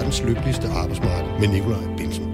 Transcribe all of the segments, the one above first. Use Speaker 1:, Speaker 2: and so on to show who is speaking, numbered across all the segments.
Speaker 1: verdens lykkeligste arbejdsmarked med Nikolaj Bensen.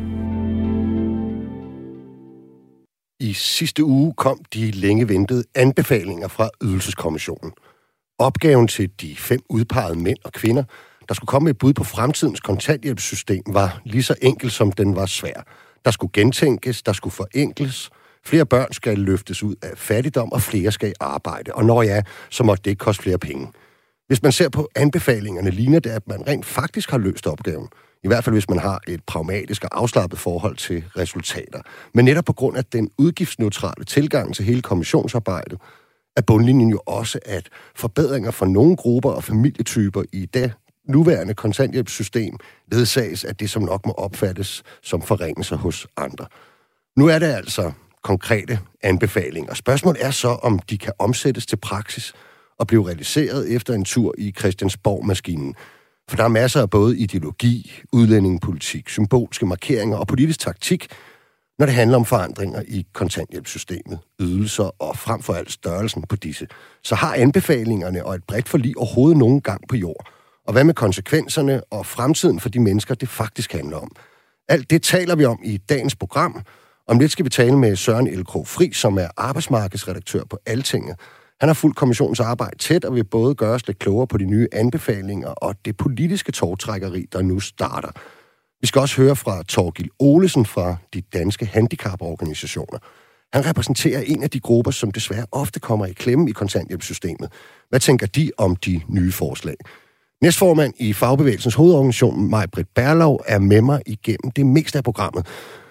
Speaker 1: I sidste uge kom de længe ventede anbefalinger fra Ydelseskommissionen. Opgaven til de 5 udpegede mænd og kvinder, der skulle komme med et bud på fremtidens kontanthjælpssystem, var lige så enkel, som den var svær. Der skulle gentænkes, der skulle forenkles. Flere børn skal løftes ud af fattigdom, og flere skal i arbejde. Og når ja, så måtte det ikke koste flere penge. Hvis man ser på anbefalingerne, ligner det, at man rent faktisk har løst opgaven. I hvert fald, hvis man har et pragmatisk og afslappet forhold til resultater. Men netop på grund af den udgiftsneutrale tilgang til hele kommissionsarbejdet, er bundlinjen jo også, at forbedringer for nogle grupper og familietyper i det nuværende kontanthjælpssystem ledsages af det, som nok må opfattes som forringelser hos andre. Nu er det altså konkrete anbefalinger. Spørgsmålet er så, om de kan omsættes til praksis og blive realiseret efter en tur i Christiansborg-maskinen. For der er masser af både ideologi, udlændingepolitik, symbolske markeringer og politisk taktik, når det handler om forandringer i kontanthjælpssystemet, ydelser og frem for alt størrelsen på disse. Så har anbefalingerne og et bredt forlig overhovedet nogen gang på jord? Og hvad med konsekvenserne og fremtiden for de mennesker, det faktisk handler om? Alt det taler vi om i dagens program. Om lidt skal vi tale med Søren Elkroh Friis, som er arbejdsmarkedsredaktør på Altinget. Han har fulgt kommissionens arbejde tæt og vil både gøre os lidt klogere på de nye anbefalinger og det politiske tovtrækkeri, der nu starter. Vi skal også høre fra Thorkild Olesen fra de danske handicaporganisationer. Han repræsenterer en af de grupper, som desværre ofte kommer i klemme i kontanthjælpssystemet. Hvad tænker de om de nye forslag? Næstformand i Fagbevægelsens hovedorganisation, Maj-Britt Berlau, er med mig igennem det meste af programmet.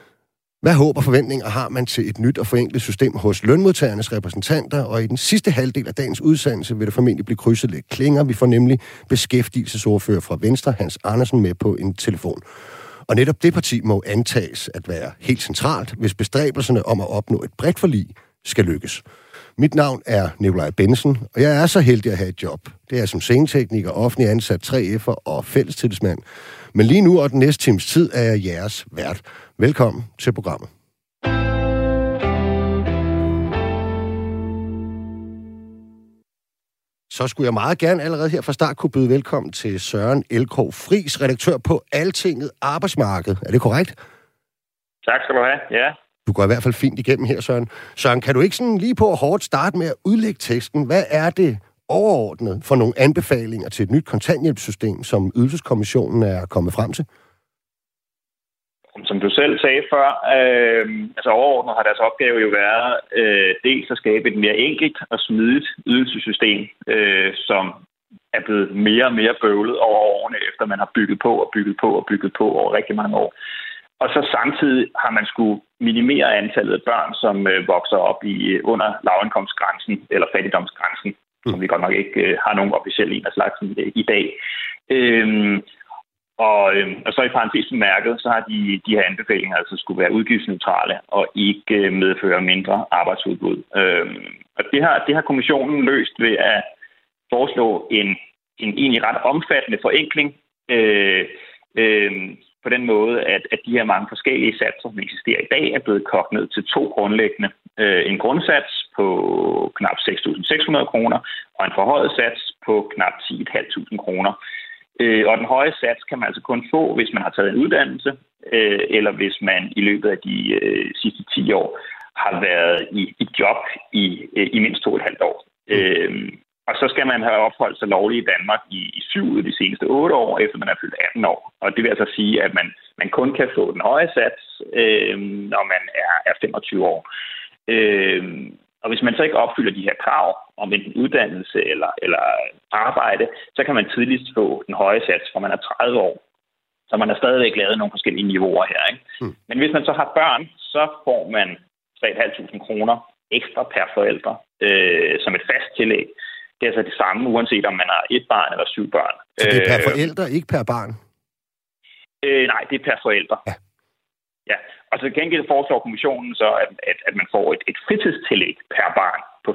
Speaker 1: Hvad håb og forventninger har man til et nyt og forenklet system hos lønmodtagernes repræsentanter? Og i den sidste halvdel af dagens udsendelse vil det formentlig blive krydset lidt klinger. Vi får nemlig beskæftigelsesordfører fra Venstre, Hans Andersen, med på en telefon. Og netop det parti må antages at være helt centralt, hvis bestræbelserne om at opnå et bredt forlig skal lykkes. Mit navn er Nikolaj Bensen, og jeg er så heldig at have et job. Det er som scenetekniker, offentlig ansat, 3F'er og fællestillidsmand. Men lige nu og den næste times tid er jeg jeres vært. Velkommen til programmet. Så skulle jeg meget gerne allerede her fra start kunne byde velkommen til Søren Elkroh Friis, redaktør på Altinget Arbejdsmarked. Er det korrekt?
Speaker 2: Tak skal du have, ja.
Speaker 1: Du går i hvert fald fint igennem her, Søren. Søren, kan du ikke sådan lige på hårdt starte med at udlægge teksten? Hvad er det overordnet for nogle anbefalinger til et nyt kontanthjælpssystem, som Ydelseskommissionen er kommet frem til?
Speaker 2: Som du selv sagde før, overordnet har deres opgave jo været dels at skabe et mere enkelt og smidigt ydelsessystem, som er blevet mere og mere bøvlet over årene, efter man har bygget på over rigtig mange år. Og så samtidig har man skulle minimere antallet af børn, som vokser op under lavindkomstgrænsen eller fattigdomsgrænsen, som vi godt nok ikke har nogen officiel en af slagsen i dag. Og så i parentes bemærket, så har de her anbefalinger altså skulle være udgiftsneutrale og ikke medføre mindre arbejdsudbud. Og det har kommissionen løst ved at foreslå en egentlig ret omfattende forenkling på den måde, at de her mange forskellige satser, som eksisterer i dag, er blevet kogt ned til 2 grundlæggende. En grundsats på knap 6.600 kroner og en forhøjet sats på knap 10.500 kroner. Og den høje sats kan man altså kun få, hvis man har taget en uddannelse, eller hvis man i løbet af de sidste 10 år har været i et job i mindst 2,5 år. Og så skal man have opholdt sig lovligt i Danmark i 7 ud af de seneste 8 år, efter man er fyldt 18 år. Og det vil altså sige, at man kun kan få den høje sats, når man er 25 år. Og hvis man så ikke opfylder de her krav om enten uddannelse eller arbejde, så kan man tidligst få den høje sats, fra man er 30 år. Så man har stadigvæk lavet nogle forskellige niveauer her, ikke? Men hvis man så har børn, så får man 3.500 kroner ekstra per forældre som et fast tillæg. Det er altså det samme, uanset om man har 1 barn eller 7 børn.
Speaker 1: Så det er per forældre, ikke per barn?
Speaker 2: Nej, det er per forældre. Ja. Og så gengæld foreslår kommissionen så, at man får et fritidstillæg per barn på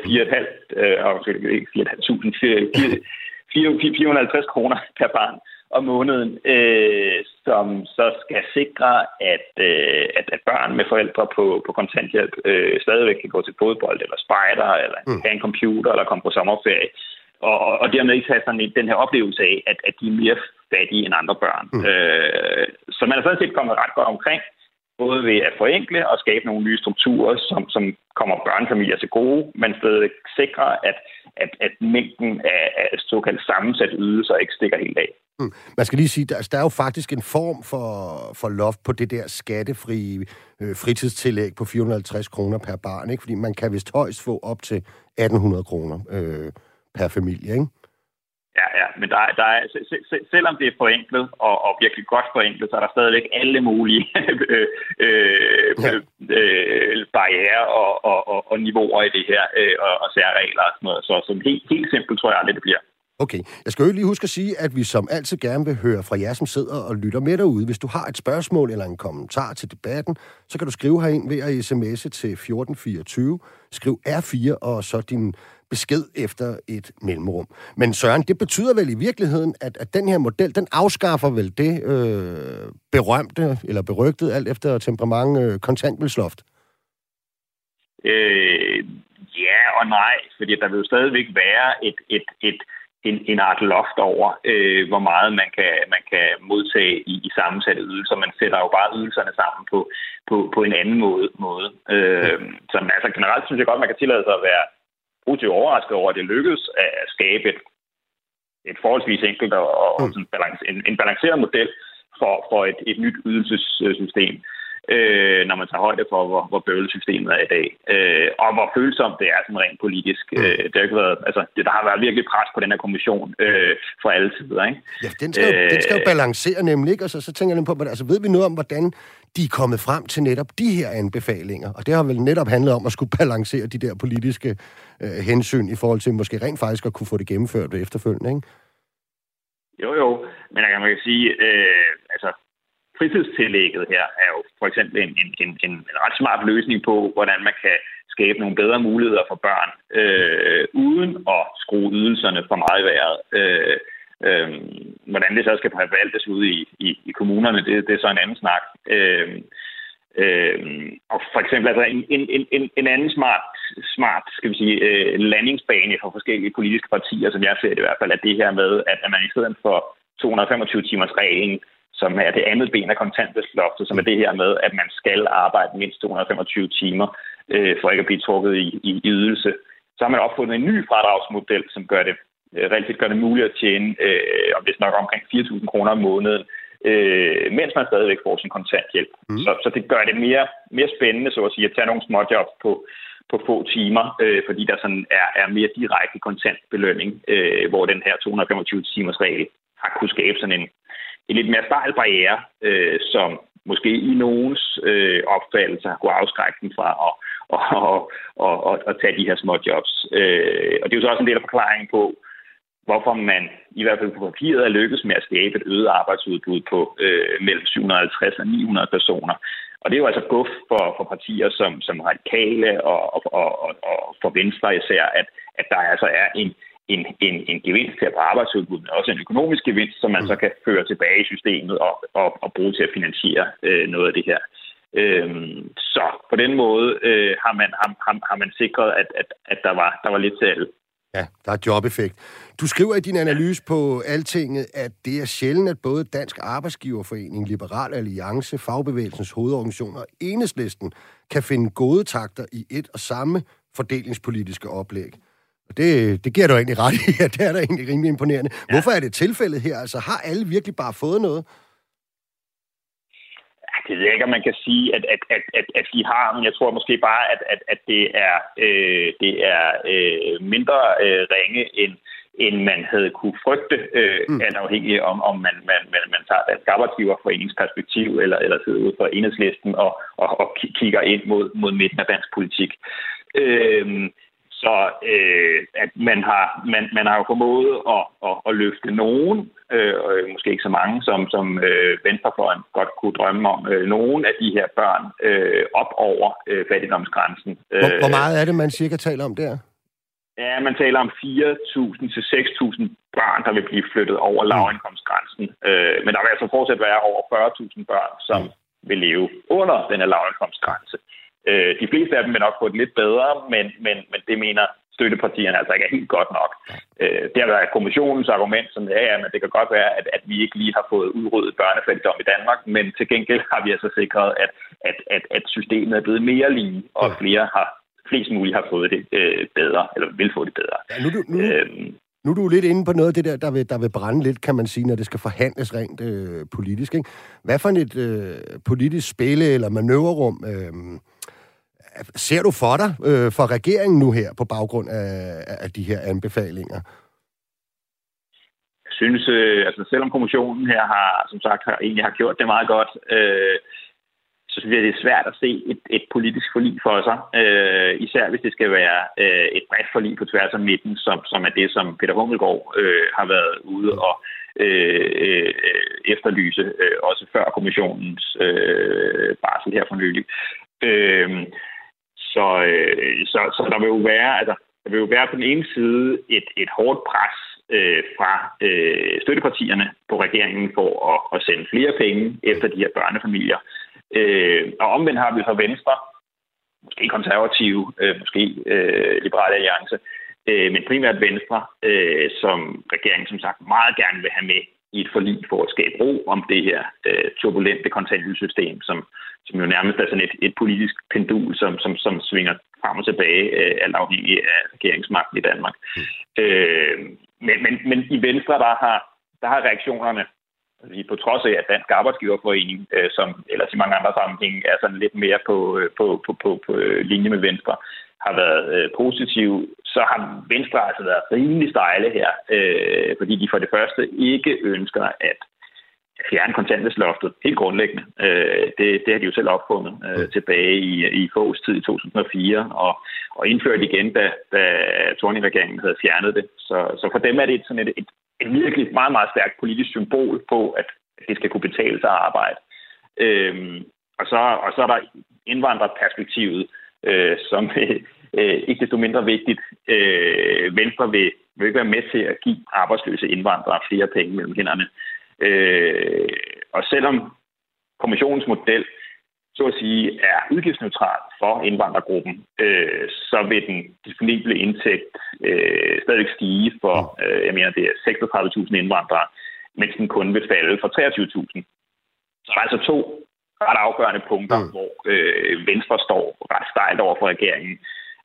Speaker 2: 450 kroner per barn om måneden, som så skal sikre, at børn med forældre på kontanthjælp stadigvæk kan gå til fodbold eller spejder, eller have en computer, eller komme på sommerferie, og dermed ikke have sådan den her oplevelse af, at de er mere fattige end andre børn. Så man er sådan set kommet ret godt omkring, både ved at forenkle og skabe nogle nye strukturer, som kommer børnefamilier til gode, men stadig sikrer, at mængden af såkaldt sammensatte ydelser ikke stikker helt af.
Speaker 1: Man skal lige sige, der er jo faktisk en form for loft på det der skattefrie fritidstillæg på 450 kroner per barn, ikke? Fordi man kan vist højst få op til 1.800 kroner per familie, ikke?
Speaker 2: Ja, men der er selvom det er forenklet og virkelig godt forenklet, så er der stadigvæk alle mulige barrierer og niveauer i det her, og særregler og sådan noget. Så helt simpelt tror jeg aldrig, det bliver.
Speaker 1: Okay, jeg skal jo lige huske at sige, at vi som altid gerne vil høre fra jer, som sidder og lytter med derude. Hvis du har et spørgsmål eller en kommentar til debatten, så kan du skrive herind ved at sms'e til 1424. Skriv R4 og så din besked efter et mellemrum. Men Søren, det betyder vel i virkeligheden, at den her model, den afskaffer vel det berømte eller berygtede, alt efter temperament, kontanthjælpsloft?
Speaker 2: Ja og nej, fordi der vil jo stadigvæk være en art loft over, hvor meget man kan modtage i sammensatte ydelser. Man sætter jo bare ydelserne sammen på en anden måde. Så altså, generelt synes jeg godt, man kan tillade sig at være positivt overrasket over, at det lykkedes at skabe et forholdsvis enkelt og en balanceret model for et nyt ydelsessystem, når man tager højde for, hvor bøvlet systemet er i dag. Og hvor følsomt det er sådan rent politisk. Det har ikke været, altså, der har været virkelig pres på den her kommission for alle sider, ikke?
Speaker 1: Ja, den skal jo balancere nemlig, ikke? Og så tænker jeg på, altså ved vi noget om, hvordan de er kommet frem til netop de her anbefalinger? Og det har vel netop handlet om at skulle balancere de der politiske hensyn i forhold til måske rent faktisk at kunne få det gennemført efterfølgende, ikke?
Speaker 2: Jo, men man kan sige, altså fritidstillægget her er jo for eksempel en ret smart løsning på, hvordan man kan skabe nogle bedre muligheder for børn, uden at skrue ydelserne for meget i vejret. Hvordan det så skal forvaltes ude i kommunerne, det er så en anden snak. Og for eksempel altså en anden smart skal vi sige, landingsbane for forskellige politiske partier, som jeg ser det i hvert fald, er det her med, at man i stedet for 225-timers-reglen, som er det andet ben af kontanthjælpsloftet, som er det her med, at man skal arbejde mindst 225 timer for ikke at blive trukket i ydelse. Så har man opfundet en ny fradragsmodel, som gør det muligt at tjene hvis nok omkring 4.000 kroner om måneden, mens man stadigvæk får sin kontanthjælp. Så det gør det mere spændende, så at sige, at tage nogle småjobs på få timer, fordi der sådan er mere direkte kontantbelønning, hvor den her 225-timers regel har kunne skabe sådan en lidt mere stejl barriere, som måske i nogens opfattelse har kunne afskrække dem fra at tage de her småjobs. Og det er jo så også en del af forklaringen på, hvorfor man i hvert fald på papiret er lykkedes med at skabe et øget arbejdsudbud på mellem 750 og 900 personer. Og det er jo altså guf for partier som Radikale og for Venstre især, at der altså er en gevinst til at på arbejdsudbud, men også en økonomisk gevinst, som man så kan føre tilbage i systemet og bruge til at finansiere noget af det her. Så på den måde har man sikret, at der var lidt til alle.
Speaker 1: Ja, der er jobeffekt. Du skriver i din analyse på Altinget, at det er sjældent, at både Dansk Arbejdsgiverforening, Liberal Alliance, Fagbevægelsens hovedorganisation og Enhedslisten kan finde gode takter i et og samme fordelingspolitiske oplæg. Og det giver du egentlig ret i, at det er da egentlig rimelig imponerende. Ja. Hvorfor er det tilfældet her? Altså, har alle virkelig bare fået noget?
Speaker 2: Det ved jeg ikke, om man kan sige, at de har, men jeg tror måske bare, at det er mindre ringe, end man havde kunne frygte, alt afhængig om man tager Dansk Arbejdsgiverforenings perspektiv, eller sidder ud fra Enhedslisten og kigger ind mod midten af dansk politik. Så at man har jo formået at løfte nogen, måske ikke så mange, som venstrefløjen godt kunne drømme om, nogen af de her børn op over fattigdomsgrænsen.
Speaker 1: Hvor meget er det, man cirka taler om der?
Speaker 2: Ja, man taler om 4.000 til 6.000 børn, der vil blive flyttet over lavindkomstgrænsen. Men der vil altså fortsat være over 40.000 børn, som vil leve under den her lavindkomstgrænse. De fleste af dem vil nok få det lidt bedre, men det mener støttepartierne altså ikke er helt godt nok. Det har været kommissionens argument, som men det kan godt være, at vi ikke lige har fået udryddet børnefattigdom i Danmark, men til gengæld har vi altså sikret, at systemet er blevet mere lige, og flest muligt har fået det bedre, eller vil få det bedre.
Speaker 1: Ja, nu er du lidt inde på noget af det der vil brænde lidt, kan man sige, når det skal forhandles rent politisk. Ikke? Hvad for et politisk spille eller manøvrerum ser du for dig for regeringen nu her på baggrund af de her anbefalinger?
Speaker 2: Jeg synes, selvom kommissionen her egentlig har gjort det meget godt, så synes jeg, det er svært at se et politisk forlig for sig. Især hvis det skal være et bredt forlig på tværs af midten, som er det, som Peter Hummelgaard har været ude og efterlyse, også før kommissionens barsel her for nylig. Så der vil jo være på den ene side et hårdt pres fra støttepartierne på regeringen for at sende flere penge efter de her børnefamilier. Og omvendt har vi så Venstre, måske Konservative, måske Liberale Alliance, men primært Venstre, som regeringen som sagt meget gerne vil have med i et forlig for at skabe ro om det her turbulente kontanthjælpssystem, som jo nærmest er sådan et politisk pendul, som svinger frem og tilbage, alt afhængig af regeringsmagten i Danmark. Men i Venstre, der har reaktionerne, på trods af, at Dansk Arbejdsgiverforening, som ellers i mange andre sammenhænge er sådan lidt mere på linje med Venstre, har været positive, så har Venstre altså været rimelig stejle her, fordi de for det første ikke ønsker at fjerne kontanthjælpsloftet helt grundlæggende. Det har de jo selv opfundet tilbage i Foghs tid i 2004, og indført igen, da Thorning-regeringen havde fjernet det. Så for dem er det sådan et virkelig meget, meget stærkt politisk symbol på, at det skal kunne betale sig at arbejde. Og så er der indvandrerperspektivet, som ikke desto mindre vigtigt. Venstre vil ikke være med til at give arbejdsløse indvandrere flere penge mellem hænderne. Og selvom kommissionens model, så at sige, er udgiftsneutral for indvandrergruppen, så vil den disponible indtægt stadig stige for, det er 36.000 indvandrere, mens den kun vil falde for 23.000. Så der er altså to ret afgørende punkter, hvor Venstre står ret stejlt over for regeringen,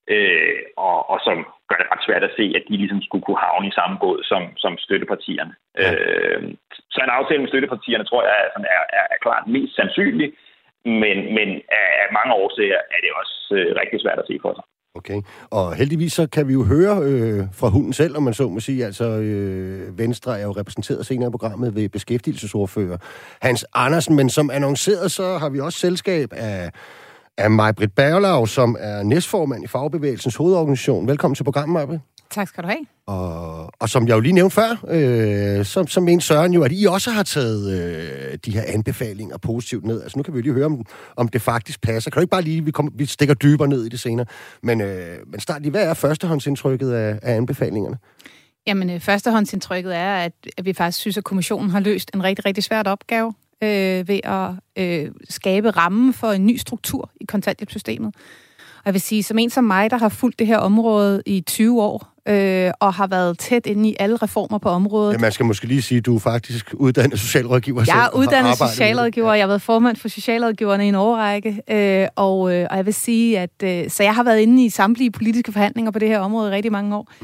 Speaker 2: og som gør det ret svært at se, at de ligesom skulle kunne havne i samme båd som støttepartierne. Så en aftale med støttepartierne, tror jeg, er klart mest sandsynlig, men af mange årsager er det også rigtig svært at se for sig.
Speaker 1: Okay, og heldigvis så kan vi jo høre fra hunden selv, om man så må sige, altså Venstre er jo repræsenteret senere i programmet ved beskæftigelsesordfører Hans Andersen, men som annonceret, så har vi også selskab af Maj-Britt Berglau, som er næstformand i Fagbevægelsens hovedorganisation. Velkommen til programmet, Maj-Britt.
Speaker 3: Tak skal du have.
Speaker 1: Og som jeg jo lige nævnte før, så mente Søren jo, at I også har taget de her anbefalinger positivt ned. Altså nu kan vi jo lige høre, om det faktisk passer. Kan du ikke bare lige, vi stikker dybere ned i det senere, men start lige, hvad er førstehåndsindtrykket af anbefalingerne?
Speaker 3: Jamen, førstehåndsindtrykket er, at vi faktisk synes, at kommissionen har løst en rigtig, rigtig svært opgave ved at skabe rammen for en ny struktur i kontanthjælpssystemet. Og jeg vil sige, som en som mig, der har fulgt det her område i 20 år, og har været tæt inde i alle reformer på området.
Speaker 1: Ja, man skal måske lige sige, at du er faktisk uddannet socialrådgiver.
Speaker 3: Jeg er uddannet socialrådgiver, jeg har været formand for socialrådgiverne i en årrække, og jeg vil sige, at så jeg har været inde i samtlige politiske forhandlinger på det her område i rigtig mange år.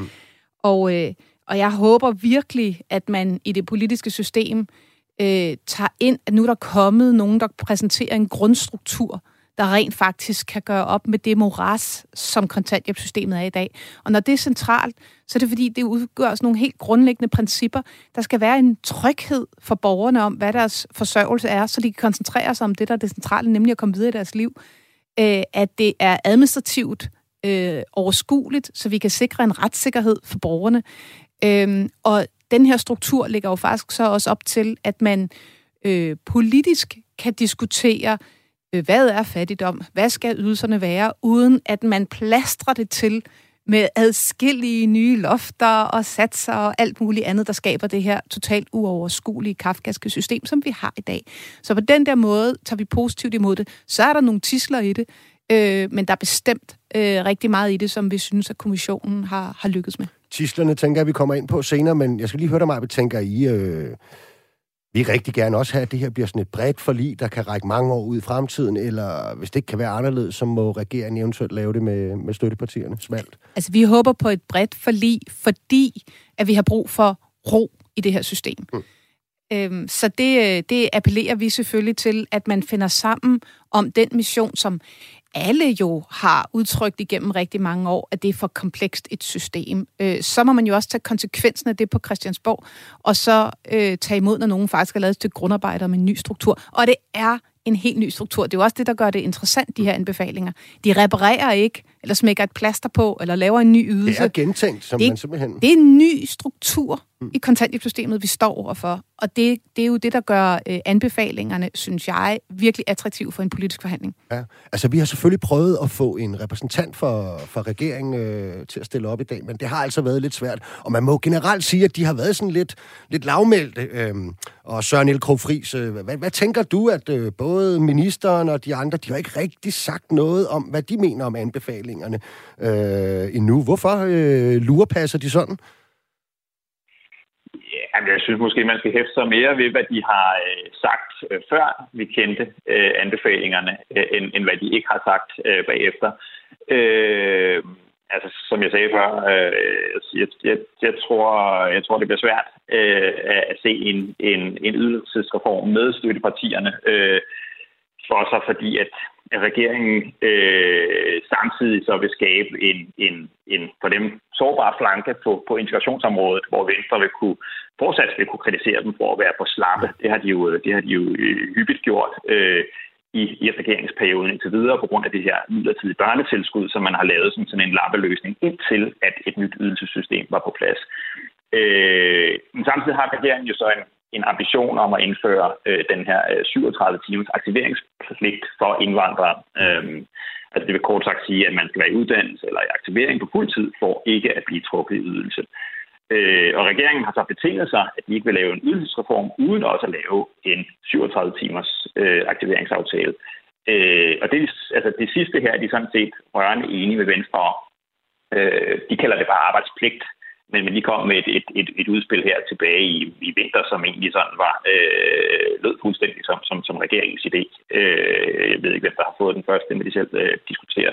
Speaker 3: Og jeg håber virkelig, at man i det politiske system tager ind, at nu er der kommet nogen, der præsenterer en grundstruktur, der rent faktisk kan gøre op med det moras, som kontanthjælpssystemet er i dag. Og når det er centralt, så er det fordi, det udgør sådan nogle helt grundlæggende principper. Der skal være en tryghed for borgerne om, hvad deres forsørgelse er, så de kan koncentrere sig om det, der er det centrale, nemlig at komme videre i deres liv. At det er administrativt overskueligt, så vi kan sikre en retssikkerhed for borgerne. Og den her struktur ligger jo faktisk så også op til, at man politisk kan diskutere, hvad er fattigdom? Hvad skal ydelserne være? Uden at man plastrer det til med adskillige nye lofter og satser og alt muligt andet, der skaber det her totalt uoverskuelige kafkaske system, som vi har i dag. Så på den der måde tager vi positivt imod det. Så er der nogle tidsler i det, men der er bestemt rigtig meget i det, som vi synes, at kommissionen har lykkes med.
Speaker 1: Tidslerne tænker jeg, vi kommer ind på senere, men jeg skal lige høre dig, Maj-Brit, tænker I... Vi rigtig gerne også have, at det her bliver sådan et bredt forlig, der kan række mange år ud i fremtiden, eller hvis det ikke kan være anderledes, så må regeringen eventuelt lave det med støttepartierne smalt.
Speaker 3: Altså, vi håber på et bredt forlig, fordi at vi har brug for ro i det her system. Så det appellerer vi selvfølgelig til, at man finder sammen om den mission, som alle jo har udtrykt igennem rigtig mange år, at det er for komplekst et system. Så må man jo også tage konsekvensen af det på Christiansborg, og så tage imod, når nogen faktisk har lavet et stykke grundarbejde om en ny struktur. Og det er en helt ny struktur. Det er jo også det, der gør det interessant, de her anbefalinger. De reparerer ikke, eller smækker et plaster på, eller laver en ny ydelse.
Speaker 1: Det er gentænkt, som man simpelthen...
Speaker 3: Det er en ny struktur i kontanthjælpssystemet, vi står overfor. Og det er jo det, der gør anbefalingerne, synes jeg, virkelig attraktive for en politisk forhandling. Ja,
Speaker 1: altså vi har selvfølgelig prøvet at få en repræsentant for regeringen til at stille op i dag, men det har altså været lidt svært. Og man må generelt sige, at de har været sådan lidt lavmældte. Og Søren Elkrof Friis, hvad tænker du, at både ministeren og de andre, de har ikke rigtig sagt noget om, hvad de mener om anbefalingerne endnu? Hvorfor lurepasser de sådan?
Speaker 2: Ja, jeg synes måske, man skal hæfte sig mere ved, hvad de har sagt før vi kendte anbefalingerne, end hvad de ikke har sagt bagefter. Altså, som jeg sagde før, jeg tror, det bliver svært at se en ydelsesreform med støttepartierne for sig, fordi at regeringen samtidig så vil skabe en for dem sårbar flanke på integrationsområdet, hvor Venstre fortsat vil kunne kritisere dem for at være for slappe. Det har de jo hyppigt gjort i regeringsperioden indtil videre på grund af det her midlertidige børnetilskud, som man har lavet som sådan en lappeløsning, indtil at et nyt ydelsessystem var på plads. Men samtidig har regeringen jo så en ambition om at indføre den her 37 timers aktiveringspligt for indvandrere. Altså det vil kort sagt sige, at man skal være i uddannelse eller i aktivering på fuld tid for ikke at blive trukket i ydelse. Og regeringen har så betinget sig, at de ikke vil lave en ydelsesreform, uden også at lave en 37 timers aktiveringsaftale. Og det sidste her, de er sådan set rørende enige med Venstre om. De kalder det bare arbejdspligt. Men de kom med et udspil her tilbage i vinter, som egentlig sådan var lød fuldstændig som regeringens idé. Jeg ved ikke, hvem der har fået den første, men de selv diskuterer.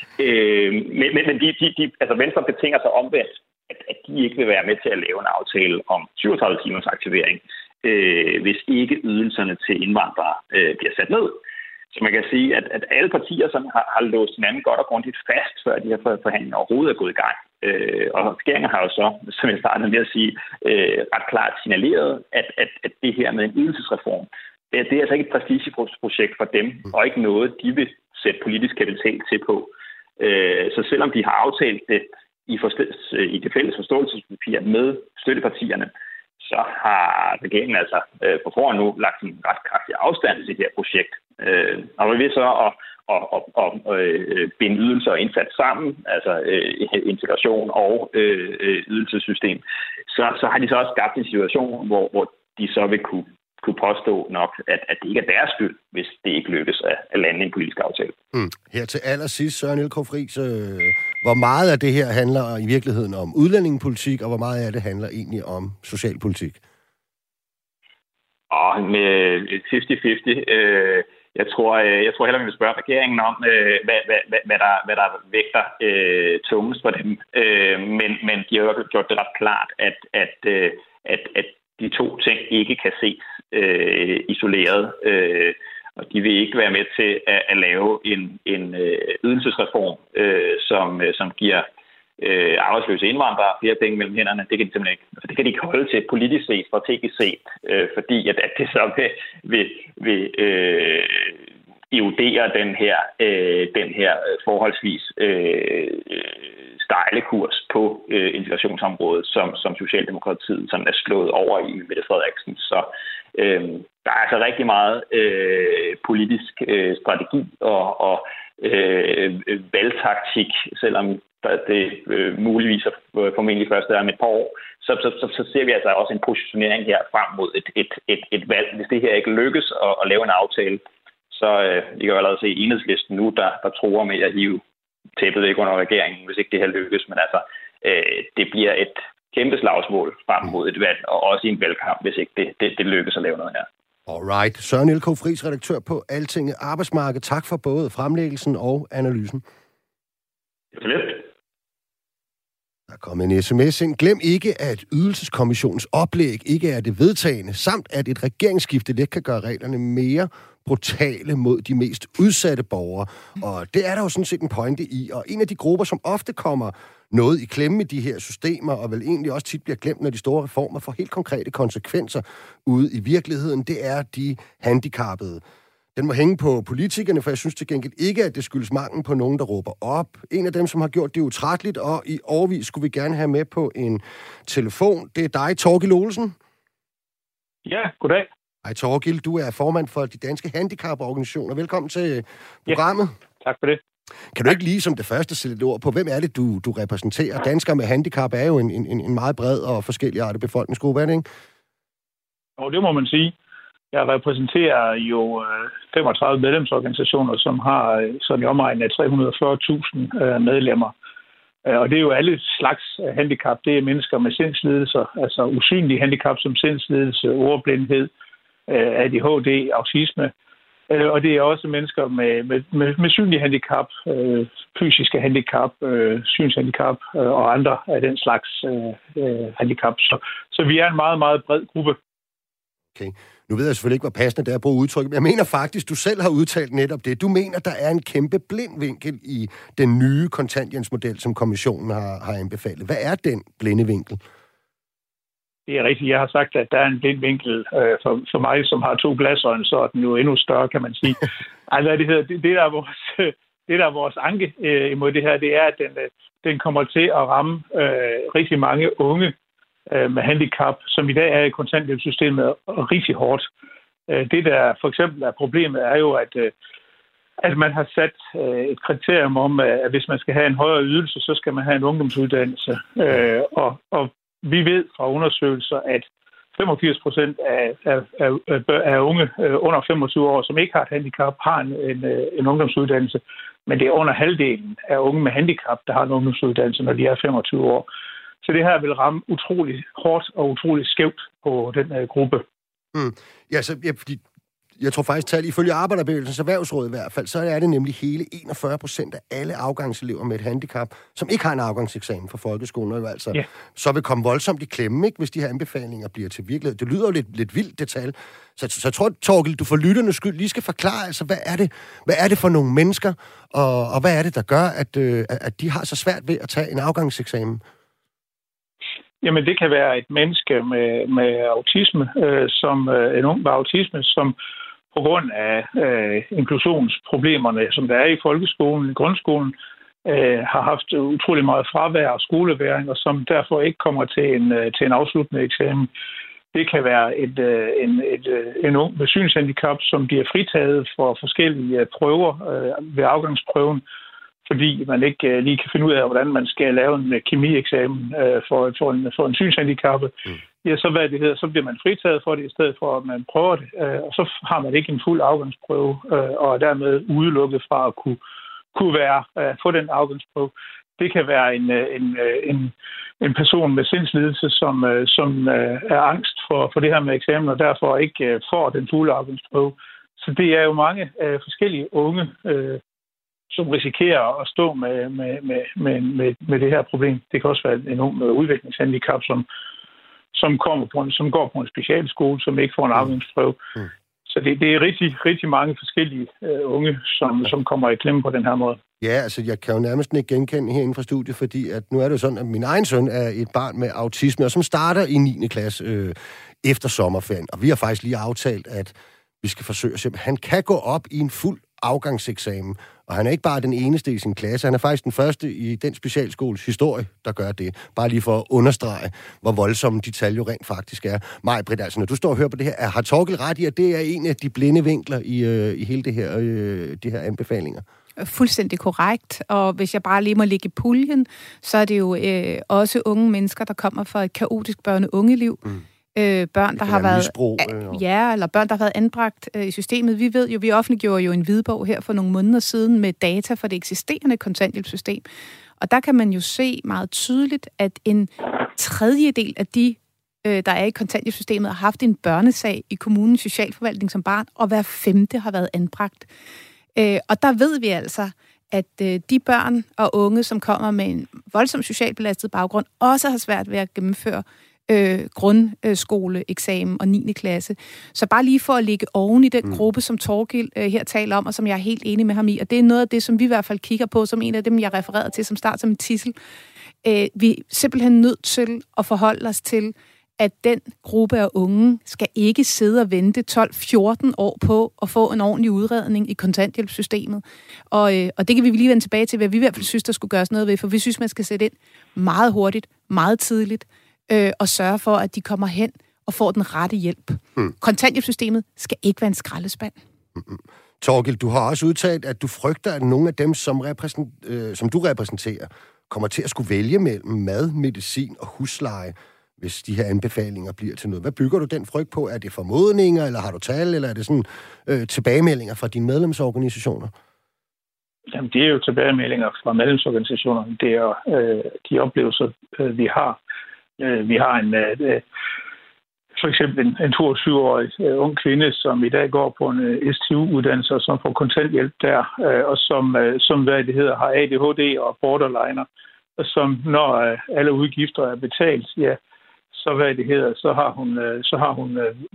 Speaker 2: Men altså Venstre betinger sig omvendt, at de ikke vil være med til at lave en aftale om 37 timers aktivering, hvis ikke ydelserne til indvandrere bliver sat ned. Så man kan sige, at alle partier sådan har låst hinanden godt og grundigt fast, før de her forhandlinger overhovedet er gået i gang. Og regeringen har jo så, som jeg startede med at sige, ret klart signaleret, at det her med en ydelsesreform, det er altså ikke et prestigeprojekt for dem, og ikke noget, de vil sætte politisk kapital til på. Så selvom de har aftalt det i det fælles forståelsespapir med støttepartierne, så har regeringen altså på forhånd nu lagt en ret kraftig afstand til det her projekt. Og ved så at binde ydelser og indsats sammen, altså integration og ydelsessystem, så har de så også skabt en situation, hvor de så vil kunne påstå nok, at det ikke er deres skyld, hvis det ikke lykkes at lande en politisk aftale.
Speaker 1: Her til allersidst, Søren Elkrof Friis, hvor meget af det her handler i virkeligheden om udlændingepolitik, og hvor meget af det handler egentlig om socialpolitik?
Speaker 2: Med 50-50. Jeg tror heller, vi vil spørge regeringen om, hvad der vægter tungest for dem. Men de har jo gjort det ret klart, at de to ting ikke kan ses isoleret. Og de vil ikke være med til at lave en ydelsesreform, som giver arbejdsløse indvandrere flere penge mellem hænderne. Det kan de simpelthen ikke. Altså, det kan de ikke holde til politisk set, strategisk set, fordi at det så vil erodere den her forholdsvis stejle kurs på integrationsområdet, som Socialdemokratiet sådan er slået over i Mette Frederiksen. Så der er altså rigtig meget politisk strategi og valgtaktik, selvom det muligvis formentlig først er om et par år, så ser vi altså også en positionering her frem mod et valg. Hvis det her ikke lykkes at lave en aftale, så vi kan jo allerede se Enhedslisten nu, der truer med at hive tæppet ikke under regeringen, hvis ikke det her lykkes. Men altså, det bliver et kæmpe slagsmål frem mod et valg, og også i en valgkamp, hvis ikke det lykkes at lave noget her.
Speaker 1: Alright. Søren Elkov Friis, redaktør på Altinget Arbejdsmarked. Tak for både fremlæggelsen og analysen.
Speaker 2: Det er lidt.
Speaker 1: Der er kommet en sms ind. Glem ikke, at ydelseskommissionens oplæg ikke er det vedtagende, samt at et regeringsskifte let kan gøre reglerne mere brutale mod de mest udsatte borgere. Og det er der jo sådan set en pointe i. Og en af de grupper, som ofte kommer noget i klemme i de her systemer, og vel egentlig også tit bliver glemt, når de store reformer får helt konkrete konsekvenser ude i virkeligheden, det er de handicappede. Den må hænge på politikerne, for jeg synes til gengæld ikke, at det skyldes mangel på nogen, der råber op. En af dem, som har gjort det utrætteligt, og i årevis skulle vi gerne have med på en telefon. Det er dig, Torgild Olsen.
Speaker 4: Ja, goddag.
Speaker 1: Hej Torgild, du er formand for de danske handicaporganisationer. Velkommen til programmet.
Speaker 4: Ja, tak for det.
Speaker 1: Kan du ikke lige som det første sætte et ord på, hvem er det, du repræsenterer? Danskere med handicap er jo en meget bred og forskelligartet befolkningsgruppe, er det ikke?
Speaker 4: Og det må man sige. Jeg repræsenterer jo 35 medlemsorganisationer, som har sådan i omegn af 340.000 medlemmer. Og det er jo alle slags handicap. Det er mennesker med sindslidelser, altså usynlige handicap som sindslidelse, ordblindhed, ADHD, autisme. Og det er også mennesker med synlige handicap, fysiske handicap, synshandicap og andre af den slags handicap. Så vi er en meget, meget bred gruppe.
Speaker 1: Okay. Nu ved jeg selvfølgelig ikke, hvor passende det er at bruge udtryk, men jeg mener faktisk, du selv har udtalt netop det. Du mener, der er en kæmpe blind vinkel i den nye kontanthjælpsmodel, som kommissionen har anbefalet. Hvad er den blinde vinkel?
Speaker 4: Det er rigtigt. Jeg har sagt, at der er en blind vinkel for mig, som har 2 glasøjne, så er den jo endnu større, kan man sige. Altså, det der er vores anke imod det her, det er, at den kommer til at ramme rigtig mange unge med handicap, som i dag er i kontanthjælpssystemet, rigtig hårdt. Det, der for eksempel er problemet, er jo, at man har sat et kriterium om, at hvis man skal have en højere ydelse, så skal man have en ungdomsuddannelse. Og vi ved fra undersøgelser, at 85% af unge under 25 år, som ikke har et handicap, har en ungdomsuddannelse. Men det er under halvdelen af unge med handicap, der har en ungdomsuddannelse, når de er 25 år. Så det her vil ramme utrolig hårdt og utrolig skævt på den gruppe.
Speaker 1: Ja, fordi jeg tror faktisk, at ifølge Arbejderbevægelsens Erhvervsråd i hvert fald, så er det nemlig hele 41% af alle afgangselever med et handicap, som ikke har en afgangseksamen fra folkeskolen, og altså så vil komme voldsomt i klemme, ikke, hvis de her anbefalinger bliver til virkelighed. Det lyder jo lidt vildt, det tal. Så jeg tror, Torgild, du for lytternes skyld lige skal forklare, altså, hvad er det for nogle mennesker, og hvad er det, der gør, at de har så svært ved at tage en afgangseksamen?
Speaker 4: Jamen, det kan være et menneske med autisme, en ung med autisme, som på grund af inklusionsproblemerne, som der er i folkeskolen, i grundskolen, har haft utrolig meget fravær og skoleværing, og som derfor ikke kommer til en afsluttende eksamen. Det kan være en ung med synshandicap, som bliver fritaget for forskellige prøver ved afgangsprøven, fordi man ikke lige kan finde ud af, hvordan man skal lave en kemieksamen for en synshandicappet. Ja, så bliver man fritaget for det, i stedet for, at man prøver det. Og så har man ikke en fuld afgangsprøve, og er dermed udelukket fra at kunne få den afgangsprøve. Det kan være en person med sindslidelse, som er angst for det her med eksamen, og derfor ikke får den fulde afgangsprøve. Så det er jo mange forskellige unge, som risikerer at stå med det her problem. Det kan også være en ung med udviklingshandicap, som går på en specialskole, som ikke får en afgangsprøve. Så det er rigtig, rigtig mange forskellige unge, som kommer i klemme på den her måde.
Speaker 1: Ja, altså jeg kan jo nærmest ikke genkende herinde fra studiet, fordi at nu er det jo sådan, at min egen søn er et barn med autisme, og som starter i 9. klasse efter sommerferien. Og vi har faktisk lige aftalt, at vi skal forsøge at se, at han kan gå op i en fuld afgangseksamen. Og han er ikke bare den eneste i sin klasse, han er faktisk den første i den specialskoles historie, der gør det. Bare lige for at understrege, hvor voldsomme de tal jo rent faktisk er. Maj-Britt, altså når du står og hører på det her, har Torgild ret i, at det er en af de blinde vinkler i hele det her, de her anbefalinger?
Speaker 3: Fuldstændig korrekt, og hvis jeg bare lige må lægge puljen, så er det jo også unge mennesker, der kommer fra et kaotisk børne-ungeliv. børn, der har været
Speaker 1: misbrug,
Speaker 3: eller børn, der har været anbragt i systemet. Vi ved jo, vi offentliggjorde jo en hvidbog her for nogle måneder siden med data for det eksisterende kontanthjælpssystem. Og der kan man jo se meget tydeligt, at en tredjedel af de, der er i kontanthjælpssystemet, har haft en børnesag i kommunens socialforvaltning som barn, og hver 5. har været anbragt. Og der ved vi altså, at de børn og unge, som kommer med en voldsom socialt belastet baggrund, også har svært ved at gennemføre grundskoleeksamen og 9. klasse. Så bare lige for at ligge oven i den gruppe, som Thorkild her taler om, og som jeg er helt enig med ham i, og det er noget af det, som vi i hvert fald kigger på, som en af dem, jeg refererede til, som start som en tidsel. Vi er simpelthen nødt til at forholde os til, at den gruppe af unge skal ikke sidde og vente 12-14 år på at få en ordentlig udredning i kontanthjælpssystemet. Og det kan vi lige vende tilbage til, hvad vi i hvert fald synes, der skulle gøres noget ved, for vi synes, man skal sætte ind meget hurtigt, meget tidligt, og sørge for, at de kommer hen og får den rette hjælp. Kontanthjælpssystemet skal ikke være en skraldespand.
Speaker 1: Thorkild, du har også udtalt, at du frygter, at nogle af dem, som du repræsenterer, kommer til at skulle vælge mellem mad, medicin og husleje, hvis de her anbefalinger bliver til noget. Hvad bygger du den frygt på? Er det formodninger, eller har du tal, eller er det sådan tilbagemeldinger fra dine medlemsorganisationer?
Speaker 4: Jamen, det er jo tilbagemeldinger fra medlemsorganisationerne. Det er de oplevelser, vi har. Vi har for eksempel en 22-årig ung kvinde, som i dag går på en STU-uddannelse, og som får kontanthjælp der, og som hvad det hedder, har ADHD og borderliner, og som når alle udgifter er betalt, ja, så hvad det hedder, så har hun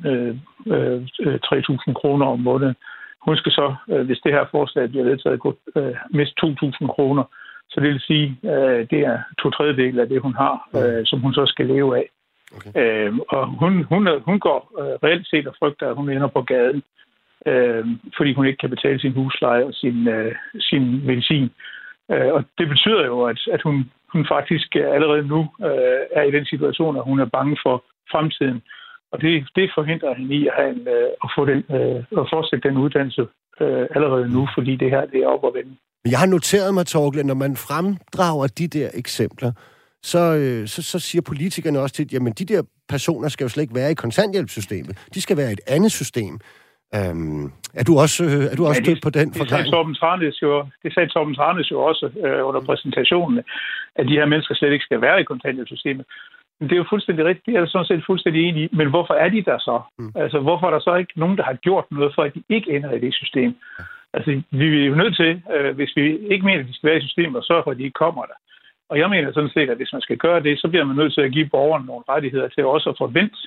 Speaker 4: 3.000 kroner om måneden. Hun skal så, hvis det her forslag bliver vedtaget, miste 2.000 kroner. Så det vil sige, det er 2/3 af det, hun har, som hun så skal leve af. Okay. Og hun går reelt set og frygter, at hun ender på gaden, fordi hun ikke kan betale sin husleje og sin medicin. Og det betyder jo, at hun faktisk allerede nu er i den situation, at hun er bange for fremtiden. Og det forhindrer hende i at fortsætte den uddannelse allerede nu, fordi det her det er op og vende.
Speaker 1: Jeg har noteret mig, Thorkild, når man fremdrager de der eksempler, så siger politikerne også til, jamen de der personer skal jo slet ikke være i kontanthjælpssystemet. De skal være i et andet system. Er du også stødt på den forklaring?
Speaker 4: Det sagde Torben Tranæs jo også under præsentationen, at de her mennesker slet ikke skal være i kontanthjælpssystemet. Men det er jo fuldstændig rigtigt. Det er sådan set fuldstændig enig i. Men hvorfor er de der så? Altså, hvorfor er der så ikke nogen, der har gjort noget for, at de ikke ender i det system? Altså, vi er jo nødt til, hvis vi ikke mener, at de skal være i systemet, og sørge for, at de ikke kommer der. Og jeg mener sådan set, at hvis man skal gøre det, så bliver man nødt til at give borgerne nogle rettigheder til også at forvente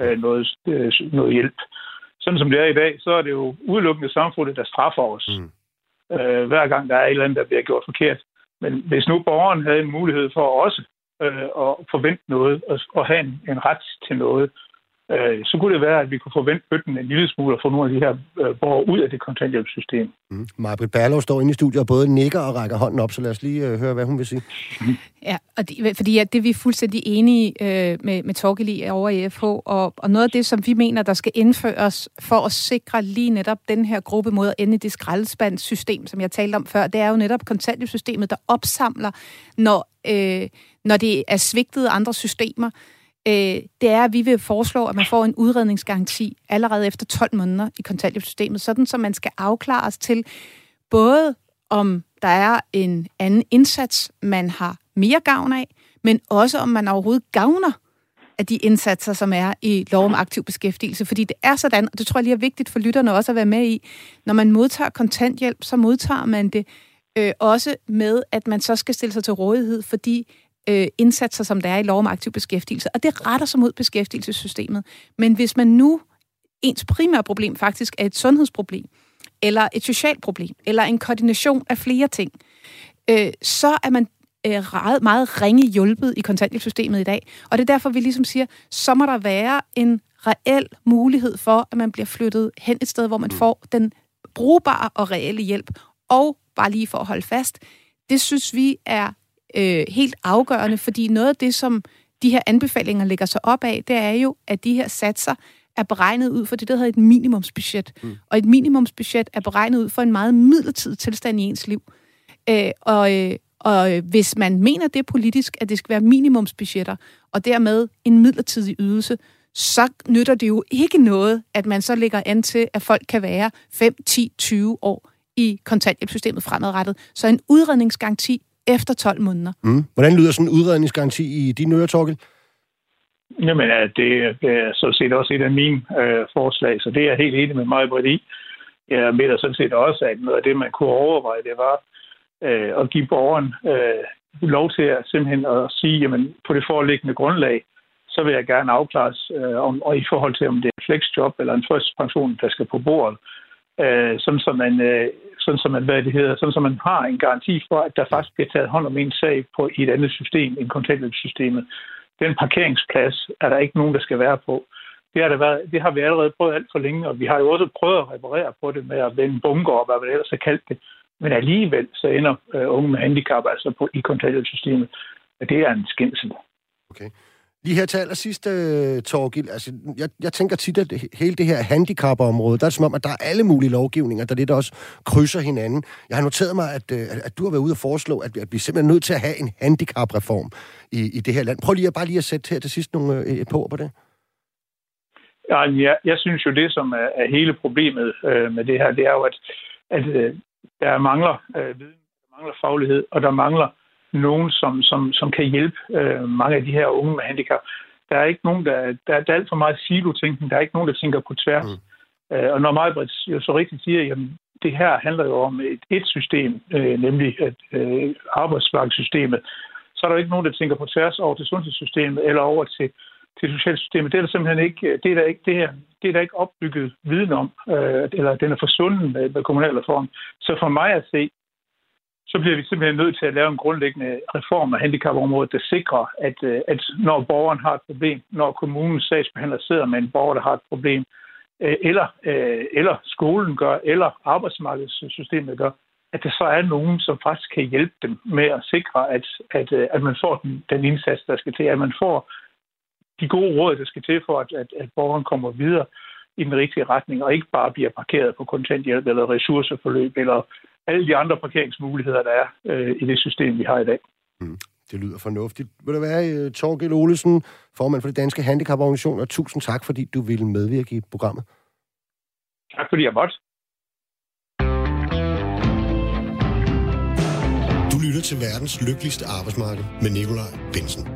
Speaker 4: noget hjælp. Sådan som det er i dag, så er det jo udelukkende samfundet, der straffer os. Hver gang der er et eller andet, der bliver gjort forkert. Men hvis nu borgeren havde en mulighed for også at forvente noget og have en ret til noget, så kunne det være, at vi kunne forvente bøtten en lille smule og få nogle af de her borgere ud af det kontanthjælpssystem.
Speaker 1: Maj-Britt Berlov står inde i studiet og både nikker og rækker hånden op, så lad os lige høre, hvad hun vil sige.
Speaker 3: Ja, fordi det er vi fuldstændig enige med Thorkild over i FH, og noget af det, som vi mener, der skal indføres for at sikre lige netop den her gruppe mod at ende i det skraldespandssystem, som jeg talte om før, det er jo netop kontanthjælpssystemet, der opsamler, når det er svigtede andre systemer. Det er, at vi vil foreslå, at man får en udredningsgaranti allerede efter 12 måneder i kontanthjælpssystemet, sådan så man skal afklares til både om der er en anden indsats, man har mere gavn af, men også om man overhovedet gavner af de indsatser, som er i lov om aktiv beskæftigelse. Fordi det er sådan, og det tror jeg lige er vigtigt for lytterne også at være med i, når man modtager kontanthjælp, så modtager man det også med, at man så skal stille sig til rådighed for de indsatser, som der er i lov om aktiv beskæftigelse. Og det retter sig mod beskæftigelsessystemet. Men hvis man nu, ens primære problem faktisk er et sundhedsproblem, eller et socialt problem, eller en koordination af flere ting, så er man meget ringe hjulpet i kontanthjælpssystemet i dag. Og det er derfor, vi ligesom siger, så må der være en reel mulighed for, at man bliver flyttet hen et sted, hvor man får den brugbare og reelle hjælp. Og bare lige for at holde fast, det synes vi er helt afgørende, fordi noget af det, som de her anbefalinger lægger sig op af, det er jo, at de her satser er beregnet ud for det, der hedder et minimumsbudget. Og et minimumsbudget er beregnet ud for en meget midlertidig tilstand i ens liv. Og hvis man mener det politisk, at det skal være minimumsbudgetter, og dermed en midlertidig ydelse, så nytter det jo ikke noget, at man så lægger an til, at folk kan være 5, 10, 20 år i kontanthjælpssystemet fremadrettet. Så en udredningsgaranti efter 12 måneder.
Speaker 1: Hvordan lyder sådan en udredningsgaranti i dine ører, Thorkild?
Speaker 4: Jamen, det er så set også et af mine forslag, så det er jeg helt enig med mig, Britt, i. Jeg mener sådan set også, at noget af det, man kunne overveje, det var at give borgeren lov til at simpelthen at sige, jamen, på det foreliggende grundlag, så vil jeg gerne afklares og i forhold til, om det er et flexjob eller en førstepension, der skal på bordet. Sådan som man har en garanti for, at der faktisk bliver taget hånd om en sag på et andet system end kontanthjælpssystemet. Den parkeringsplads er der ikke nogen, der skal være på. Det har vi allerede prøvet alt for længe, og vi har jo også prøvet at reparere på det med at vende bunker og hvad man ellers har kaldt det. Men alligevel så ender unge med handicap altså i kontanthjælpssystemet. Det er en skændsel.
Speaker 1: Okay. Lige her til allersidst, Thorkild, altså, jeg tænker tit, at hele det her handicapområde, der er det som om, at der er alle mulige lovgivninger, der lidt også krydser hinanden. Jeg har noteret mig, at du har været ude og foreslå, at vi simpelthen er nødt til at have en handicapreform i det her land. Prøv lige at sætte her til sidst nogle på det.
Speaker 4: Ja, jeg synes jo, det som er hele problemet med det her, det er jo, at der mangler viden, der mangler faglighed, og der mangler nogen, som kan hjælpe mange af de her unge med handicap. Der er ikke nogen, der er alt for meget silo-tænkning. Der er ikke nogen, der tænker på tværs. Og når Maj-Britt jo så rigtigt siger, jamen, det her handler jo om et system, nemlig arbejdsmarkedssystemet, så er der ikke nogen, der tænker på tværs over til sundhedssystemet eller over til socialsystemet. Det er der simpelthen ikke, det er der ikke opbygget viden om, eller den er forsvundet med kommunal reform. Så for mig at se, så bliver vi simpelthen nødt til at lave en grundlæggende reform af handicapområdet, der sikrer, at når borgeren har et problem, når kommunens sagsbehandler sidder med en borger, der har et problem, eller skolen gør, eller arbejdsmarkedssystemet gør, at der så er nogen, som faktisk kan hjælpe dem med at sikre, at man får den indsats, der skal til, at man får de gode råd, der skal til for, at borgeren kommer videre i den rigtige retning, og ikke bare bliver parkeret på kontanthjælp eller ressourceforløb, eller alle de andre parkeringsmuligheder, der er i det system, vi har i dag.
Speaker 1: Det lyder fornuftigt. Vil der være, Thorkild Olesen, formand for det Danske Handicaporganisation, og tusind tak, fordi du ville medvirke i programmet.
Speaker 4: Tak fordi jeg måtte.
Speaker 1: Du lytter til verdens lykkeligste arbejdsmarked med Nikolaj Bensen.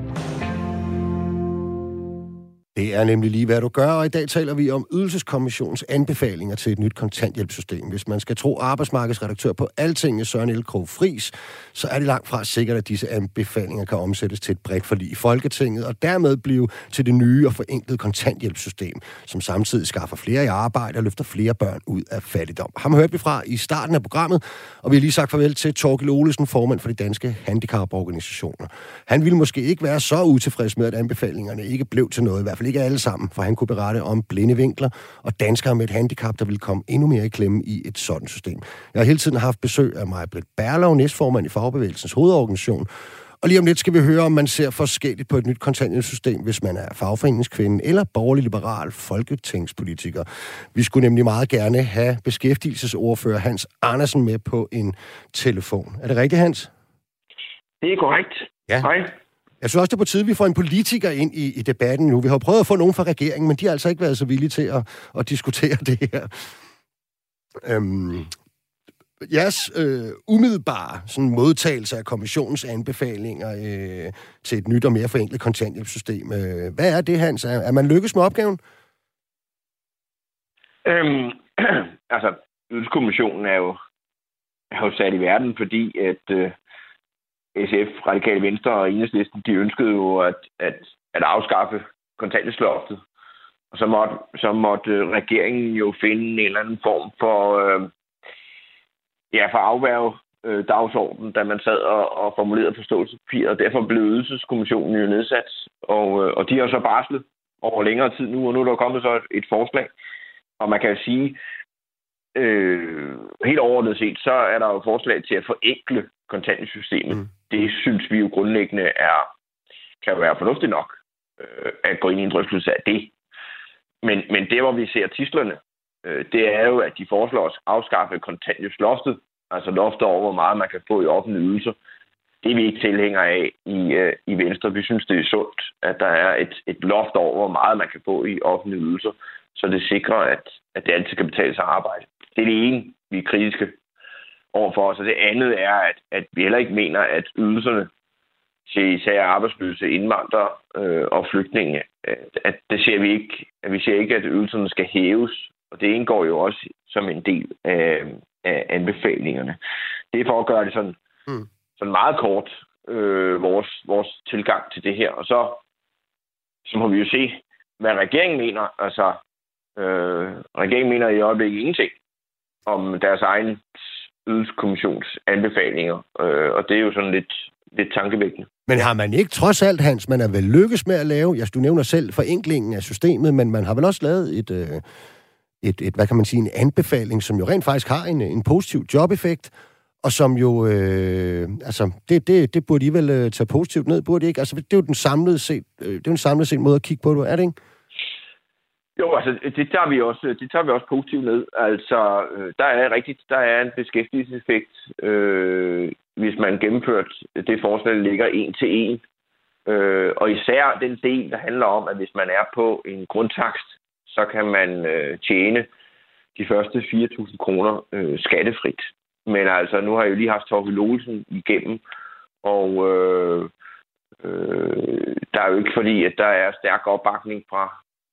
Speaker 1: Det er nemlig lige, hvad du gør, og i dag taler vi om Ydelseskommissionens anbefalinger til et nyt kontanthjælpssystem. Hvis man skal tro arbejdsmarkedsredaktør på Altinget, Søren Elkroge Friis, så er det langt fra sikkert, at disse anbefalinger kan omsættes til et bredt forlig i Folketinget, og dermed blive til det nye og forenklede kontanthjælpssystem, som samtidig skaffer flere i arbejde og løfter flere børn ud af fattigdom. Ham hørte vi fra i starten af programmet, og vi har lige sagt farvel til Thorkild Olesen, formand for de Danske Handicaporganisationer. Han ville måske ikke være så utilfreds med, at anbefalingerne ikke blev til noget, i hvert fald ikke alle sammen, for han kunne berette om blinde vinkler og danskere med et handicap, der ville komme endnu mere i klemme i et sådan system. Jeg har hele tiden haft besøg af Maj-Britt Berlov, næstformand i Fagbevægelsens hovedorganisation, og lige om lidt skal vi høre, om man ser forskelligt på et nyt kontanthjælpssystem, hvis man er fagforeningskvinde eller borgerlig-liberal folketingspolitiker. Vi skulle nemlig meget gerne have beskæftigelsesordfører Hans Andersen med på en telefon. Er det rigtigt, Hans?
Speaker 5: Det er korrekt.
Speaker 1: Ja.
Speaker 5: Hej.
Speaker 1: Jeg synes også, det er på tide, at vi får en politiker ind i debatten nu. Vi har prøvet at få nogen fra regeringen, men de har altså ikke været så villige til at diskutere det her. Jeres umiddelbare sådan, modtagelse af kommissionens anbefalinger til et nyt og mere forenklet kontanthjælpssystem. Hvad er det, Hans? Er man lykkes med opgaven?
Speaker 5: Altså, Ydelseskommissionen er jo sat i verden, fordi at SF, Radikale Venstre og Enhedslisten, de ønskede jo at afskaffe kontanthjælpsloftet. Og så måtte regeringen jo finde en eller anden form for afværge dagsordenen, da man sad og formulerede forståelsespapiret, og derfor blev Ydelseskommissionen jo nedsat. Og de har så barslet over længere tid nu, og nu er der kommet så et forslag. Og man kan sige, helt overordnet set, så er der jo forslag til at forenkle kontanthjælpssystemet. Det synes vi jo grundlæggende kan være fornuftigt nok at gå ind i en drøftelse af det. Men det, hvor vi ser tidslerne, det er jo, at de foreslår at afskaffe kontanthjælpsloftet, altså loftet over, hvor meget man kan få i offentlige ydelser. Det er vi ikke tilhængere af i Venstre. Vi synes, det er sundt, at der er et loft over, hvor meget man kan få i offentlige ydelser, så det sikrer, at det altid kan betale sig at arbejde. Det er det ene, vi er kritiske overfor os. Og det andet er, at vi heller ikke mener, at ydelserne til især arbejdsløse indvandrere og flygtninge, at det ser vi ikke. At vi ser ikke, at ydelserne skal hæves. Og det indgår jo også som en del af anbefalingerne. Det er for at gøre det sådan meget kort, vores tilgang til det her. Og så må vi jo se, hvad regeringen mener. Altså, regeringen mener i øjeblikket ingenting om deres egen ydelseskommissions anbefalinger. Og det er jo sådan lidt tankevækkende.
Speaker 1: Men har man ikke trods alt, Hans, man er vel lykkes med at lave, du nævner selv forenklingen af systemet, men man har vel også lavet et hvad kan man sige, en anbefaling, som jo rent faktisk har en positiv jobeffekt, og som jo, det burde I vel tage positivt ned, burde I ikke? Altså, det er jo den samlede set måde at kigge på det, er det ikke?
Speaker 5: Jo, altså, det tager vi også positivt ned. Altså, der er en beskæftigelseseffekt, hvis man gennemført det forslag, der ligger 1 til 1. Og især den del, der handler om, at hvis man er på en grundtakst, så kan man tjene de første 4.000 kroner skattefrit. Men altså, nu har jeg jo lige haft Thorkild Olesen igennem, og der er jo ikke fordi, at der er stærk opbakning fra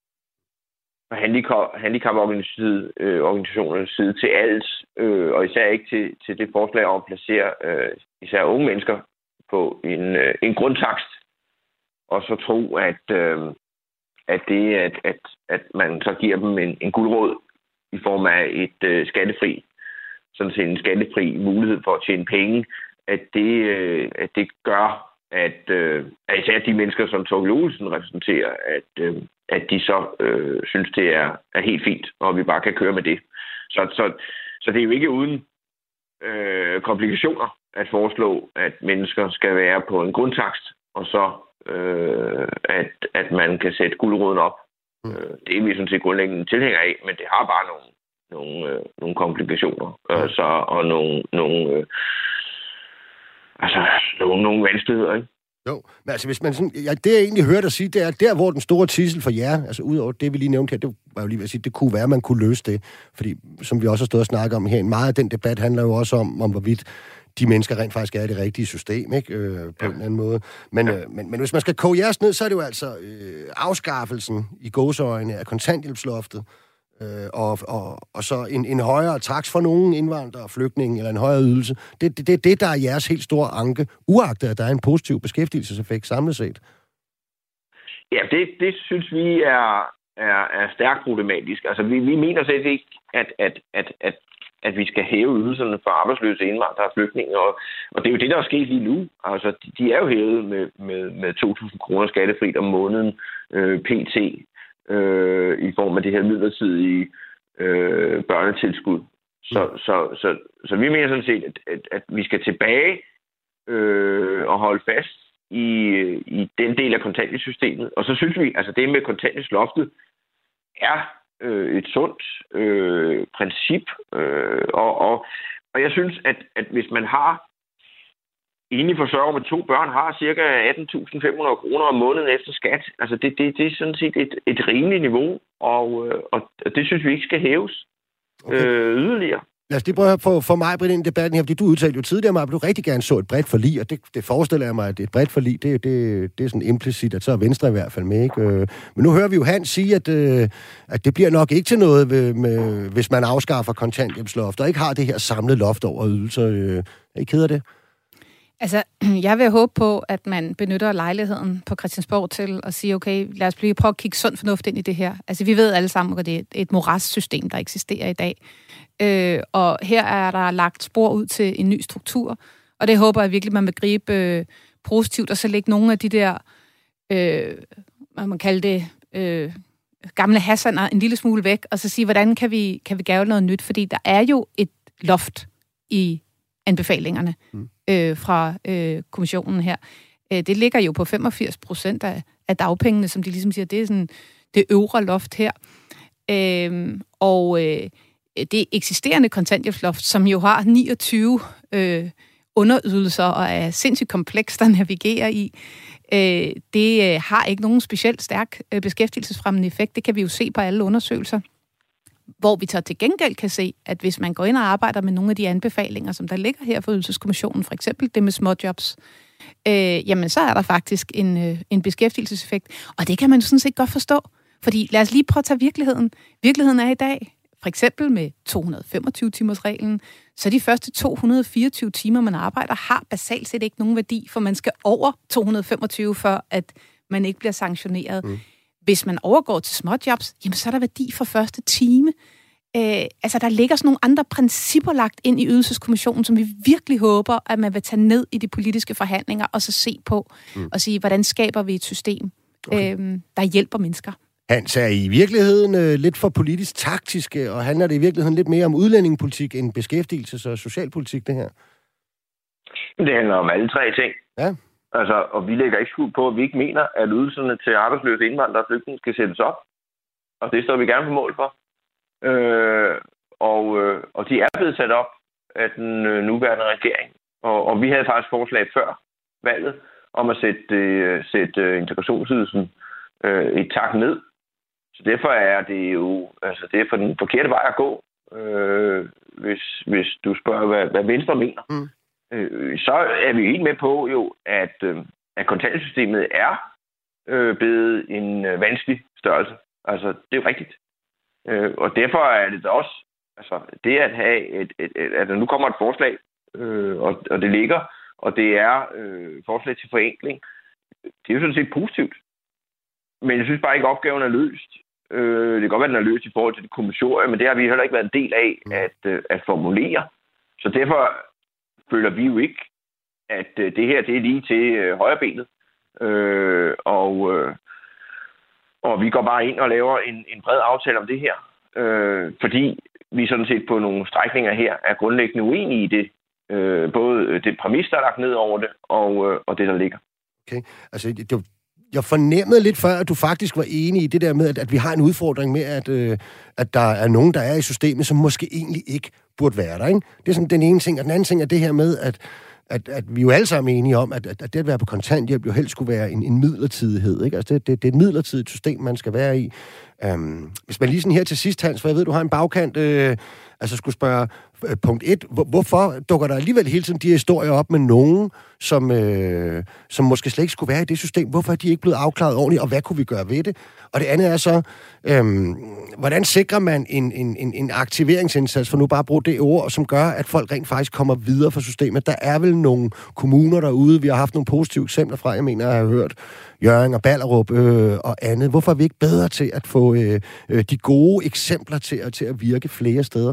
Speaker 5: handicaporganisationernes side til alt, og især ikke til det forslag om at placere især unge mennesker på en grundtakst, og så tro, at man så giver dem en guldråd i form af et skattefri, sådan set en skattefri mulighed for at tjene penge, at det gør, at især de mennesker, som Thorkild Olesen repræsenterer, at de så synes, det er helt fint, og vi bare kan køre med det. Så det er jo ikke uden komplikationer at foreslå, at mennesker skal være på en grundtakst, og så at man kan sætte guldråden op. Det er vi sådan set grundlæggende tilhænger af, men det har bare nogle komplikationer, og nogle vanskeligheder, ikke?
Speaker 1: Jo, men altså hvis man sådan, det jeg egentlig hørte dig sige, det er, der hvor den store tidsel for jer, altså udover det, vi lige nævnte her, det var jo lige ved at sige, det kunne være, at man kunne løse det, fordi som vi også har stået og snakket om her, meget af den debat handler jo også om hvorvidt de mennesker rent faktisk er i det rigtige system, ikke? På en eller anden måde. Men hvis man skal koge jeres ned, så er det jo altså afskaffelsen i gåseøjne af kontanthjælpsloftet, og så en højere takst for nogle indvandrere og flygtninge, eller en højere ydelse. Det der er jeres helt store anke, uagtet at der er en positiv beskæftigelseseffekt samlet set.
Speaker 5: Ja, det synes vi er stærkt problematisk. Altså, vi mener selv ikke, at vi skal hæve ydelserne for arbejdsløse indvandrere og flygtninge, og det er jo det, der er sket lige nu. Altså, de er jo hævet med 2.000 kroner skattefrit om måneden pt. I form af det her midlertidige børnetilskud. Så vi mener sådan set, at vi skal tilbage og holde fast i den del af kontanthjælpssystemet. Og så synes vi, altså det med kontanthjælpsloftet er et sundt princip. Og jeg synes, at hvis man har enlig forsørger med 2 børn, har cirka 18.500 kroner om måneden efter skat. Altså det er sådan set et rimeligt niveau, og det synes vi ikke skal hæves yderligere. Lad os
Speaker 1: lige prøve at få mig på den debatten her, fordi du udtalte jo tidligere, at du rigtig gerne så et bredt forlig, og det forestiller jeg mig, at et bredt forlig, det er sådan implicit, at så er Venstre i hvert fald med, ikke? Men nu hører vi jo Hans sige, at det bliver nok ikke til noget, hvis man afskaffer kontanthjælpsloft, og ikke har det her samlede loft over ydelser. Er I ked af det?
Speaker 3: Altså, jeg vil håbe på, at man benytter lejligheden på Christiansborg til at sige, okay, lad os prøve at kigge sund fornuft ind i det her. Altså, vi ved alle sammen, at det er et moralsystem, der eksisterer i dag. Og her er der lagt spor ud til en ny struktur, og det håber jeg virkelig, man vil gribe positivt, og så lægge nogle af de der, hvad man kalder det, gamle hassaner en lille smule væk, og så sige, hvordan kan vi gøre noget nyt? Fordi der er jo et loft i anbefalingerne fra kommissionen her. Det ligger jo på 85% af dagpengene, som de ligesom siger, det er sådan det øvre loft her. Og det eksisterende kontanthjælpsloft, som jo har 29 underydelser og er sindssygt komplekst at navigere i. Det har ikke nogen specielt stærk beskæftigelsesfremmende effekt. Det kan vi jo se på alle undersøgelser. Hvor vi så til gengæld kan se, at hvis man går ind og arbejder med nogle af de anbefalinger, som der ligger her for Ydelseskommissionen, for eksempel det med småjobs, jamen så er der faktisk en beskæftigelseseffekt. Og det kan man sådan set godt forstå. Fordi lad os lige prøve at tage virkeligheden. Virkeligheden er i dag, for eksempel med 225-timers-reglen, så de første 224 timer, man arbejder, har basalt set ikke nogen værdi, for man skal over 225, før at man ikke bliver sanktioneret. Hvis man overgår til småjobs, jamen så er der værdi for første time. Der ligger sådan nogle andre principper lagt ind i Ydelseskommissionen, som vi virkelig håber, at man vil tage ned i de politiske forhandlinger, og så se på og sige, hvordan skaber vi et system, der hjælper mennesker.
Speaker 1: Hans, er i virkeligheden lidt for politisk taktiske, og handler det i virkeligheden lidt mere om udlændingepolitik end beskæftigelses- og socialpolitik, det her?
Speaker 5: Det handler om alle tre ting.
Speaker 1: Ja.
Speaker 5: Og vi lægger ikke skjul på, at vi ikke mener, at ydelserne til arbejdsløse indvandrere og flygtninge skal sættes op. Og det står vi gerne på mål for. Og de er blevet sat op af den nuværende regering. Og vi havde faktisk forslag før valget om at sætte integrationsydelsen et tak ned. Så derfor er det jo det er for den forkerte vej at gå, hvis du spørger, hvad Venstre mener. Så er vi helt med på jo, at kontanthjælpssystemet er blevet en vanskelig størrelse. Altså, det er jo rigtigt. Og derfor er det da også, det at have at der nu kommer et forslag, og det ligger, og det er forslag til forenkling, det er jo sådan set positivt. Men jeg synes bare ikke, at opgaven er løst. Det kan godt være, at den er løst i forhold til det kommissorie, men det har vi heller ikke været en del af at formulere. Så derfor føler vi jo ikke, at det her det er lige til højrebenet. Og vi går bare ind og laver en bred aftale om det her. Fordi vi sådan set på nogle strækninger her er grundlæggende uenige i det. Både det præmis, der er lagt ned over det, og det, der ligger.
Speaker 1: Okay, jeg fornemmede lidt før, at du faktisk var enig i det der med, at vi har en udfordring med, at der er nogen, der er i systemet, som måske egentlig ikke burde være der, ikke? Det er sådan den ene ting. Og den anden ting er det her med, at vi jo alle sammen er enige om, at det at være på kontanthjælp jo helst skulle være en midlertidighed, ikke? Altså det er et midlertidigt system, man skal være i. Hvis man lige sådan her til sidst, Hans, for jeg ved, du har en bagkant, skulle spørge, punkt 1, hvorfor dukker der alligevel hele tiden de historier op med nogen, som måske slet ikke skulle være i det system? Hvorfor er de ikke blevet afklaret ordentligt, og hvad kunne vi gøre ved det? Og det andet er så, hvordan sikrer man en aktiveringsindsats, for nu bare at bruge det ord, som gør, at folk rent faktisk kommer videre fra systemet? Der er vel nogle kommuner derude, vi har haft nogle positive eksempler fra, jeg mener, jeg har hørt Hjørring og Ballerup og andet. Hvorfor er vi ikke bedre til at få de gode eksempler til at virke flere steder?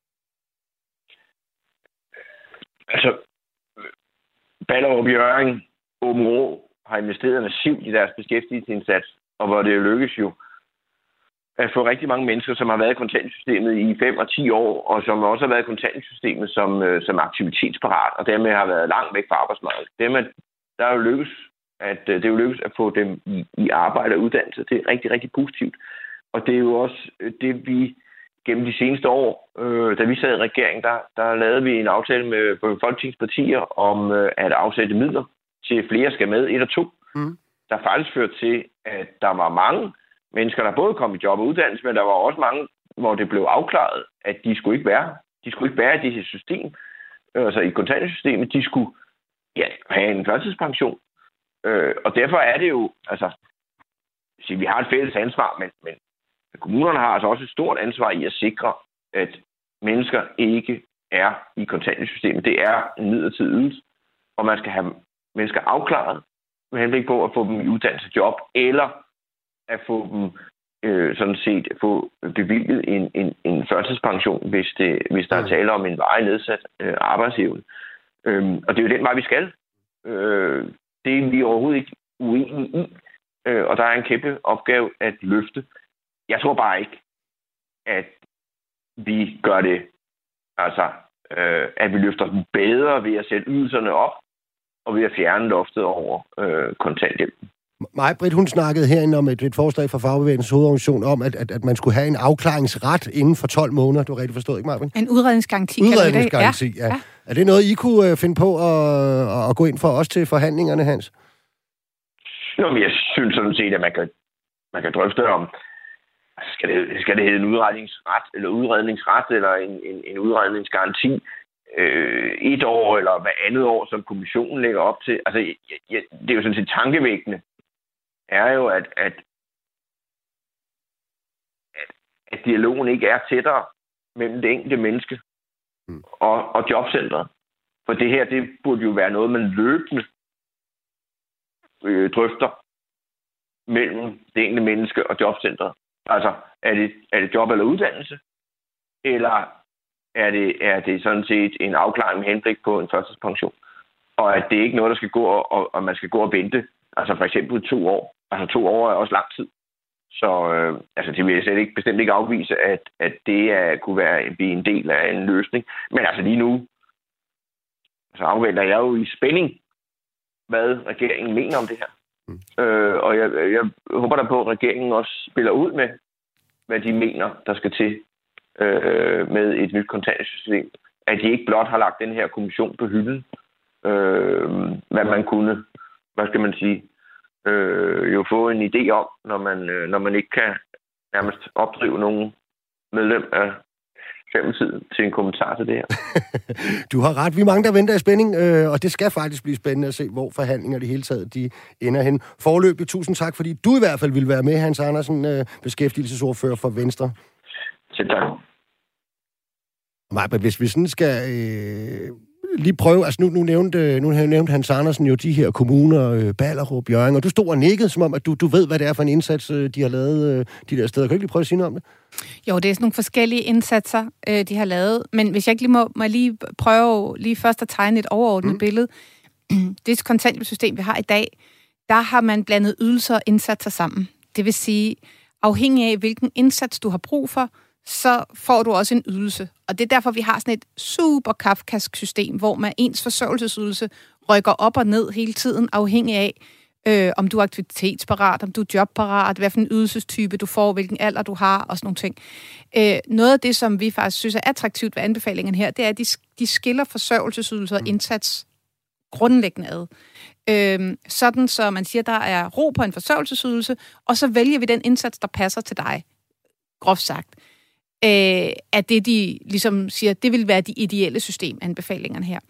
Speaker 5: Ballerup, Hjørring, Aabenraa har investeret massivt i deres beskæftigelsesindsats, og hvor det lykkes jo at få rigtig mange mennesker, som har været i kontanthjælpssystemet i 5 og 10 år, og som også har været i kontanthjælpssystemet som aktivitetsparat, og dermed har været langt væk fra arbejdsmarkedet. Det er jo lykkes at få dem i arbejde og uddannelse. Det er rigtig, rigtig positivt. Og det er jo også det, vi gennem de seneste år, da vi sad i regeringen, der lavede vi en aftale med Folketingets partier om at afsætte midler til flere skal med 1 og 2. Der faktisk førte til, at der var mange mennesker, der både kom i job og uddannelse, men der var også mange, hvor det blev afklaret, at de skulle ikke være. De skulle ikke være i det her system, altså i kontanthjælpssystemet. De skulle have en førtidspension. Og derfor er det jo, vi har et fælles ansvar, men kommunerne har altså også et stort ansvar i at sikre, at mennesker ikke er i kontanthjælpssystemet. Det er en midlertidig ydelse, og man skal have mennesker afklaret med henblik på at få dem i uddannelsesjob, eller at få dem få bevilget en førtidspension, hvis der er tale om en varig nedsat arbejdsevne. Og det er jo den vej, vi skal. Det er vi overhovedet ikke uenige i, og der er en kæmpe opgave at løfte. Jeg tror bare ikke, at vi gør det, at vi løfter dem bedre ved at sætte ydelserne op, og ved at fjerne loftet over kontanthjælpen.
Speaker 1: Maj-Britt, hun snakkede herinde om et forslag fra Fagbevægelsens Hovedorganisation om, at man skulle have en afklaringsret inden for 12 måneder. Du har rigtig forstået, ikke, Maj-Britt?
Speaker 3: En udredningsgaranti.
Speaker 1: Udredningsgaranti, ja. Er det noget, I kunne finde på at gå ind for os til forhandlingerne, Hans?
Speaker 5: Jo, men jeg synes sådan set, at man kan drøfte om, skal det hedde en udredningsret eller en udredningsgaranti 1 år eller hver andet år, som kommissionen lægger op til. Altså, det er jo sådan set tankevækkende, er jo, at dialogen ikke er tættere mellem det enkelte menneske og jobcentret. For det her, det burde jo være noget, man løbende drøfter mellem det enkelte menneske og jobcentret. Altså, er det job eller uddannelse? Eller er det sådan set en afklaring med henblik på en førtidspension? Og at det ikke er noget, der skal gå, og man skal gå og vente. Altså for eksempel 2 år. Altså 2 år er også lang tid. Så det vil jeg bestemt ikke afvise, at det kunne blive en del af en løsning. Men altså lige nu, så afventer jeg jo i spænding, hvad regeringen mener om det her. Og jeg håber da på, at regeringen også spiller ud med, hvad de mener, der skal til med et nyt kontanthjælpssystem. At de ikke blot har lagt den her kommission på hylden, hvad man kunne, hvad skal man sige, jo få en idé om, når man ikke kan nærmest opdrive nogen medlem af Socialdemokratiet til en kommentar til det her.
Speaker 1: Du har ret. Vi er mange, der venter i spænding, og det skal faktisk blive spændende at se, hvor forhandlinger det hele taget de ender hen. Foreløbig, tusind tak, fordi du i hvert fald ville være med, Hans Andersen, beskæftigelsesordfører for Venstre.
Speaker 5: Selv tak.
Speaker 1: Men hvis vi sådan skal lige prøve, altså nu nævnte Hans Andersen jo de her kommuner, Ballerup, Hjørring, og du stod og nikkede, som om, at du ved, hvad det er for en indsats, de har lavet de der steder. Kan du ikke lige prøve at sige noget om det? Jo,
Speaker 3: det er sådan nogle forskellige indsatser, de har lavet, men hvis jeg ikke lige må lige prøve lige først at tegne et overordnet billede. Det kontanthjælpssystem, vi har i dag, der har man blandet ydelser og indsatser sammen. Det vil sige, afhængig af, hvilken indsats du har brug for, så får du også en ydelse. Og det er derfor, vi har sådan et super kafkask system, hvor man ens forsørgelsesydelse rykker op og ned hele tiden, afhængig af, om du er aktivitetsparat, om du er jobparat, hvad for en ydelsestype du får, hvilken alder du har, og sådan nogle ting. Noget af det, som vi faktisk synes er attraktivt ved anbefalingen her, det er, at de skiller forsørgelsesydelser og indsats grundlæggende ad. Sådan, så man siger, der er ro på en forsørgelsesydelse, og så vælger vi den indsats, der passer til dig, groft sagt. At det, de ligesom siger, det vil være de ideelle systemanbefalingerne her.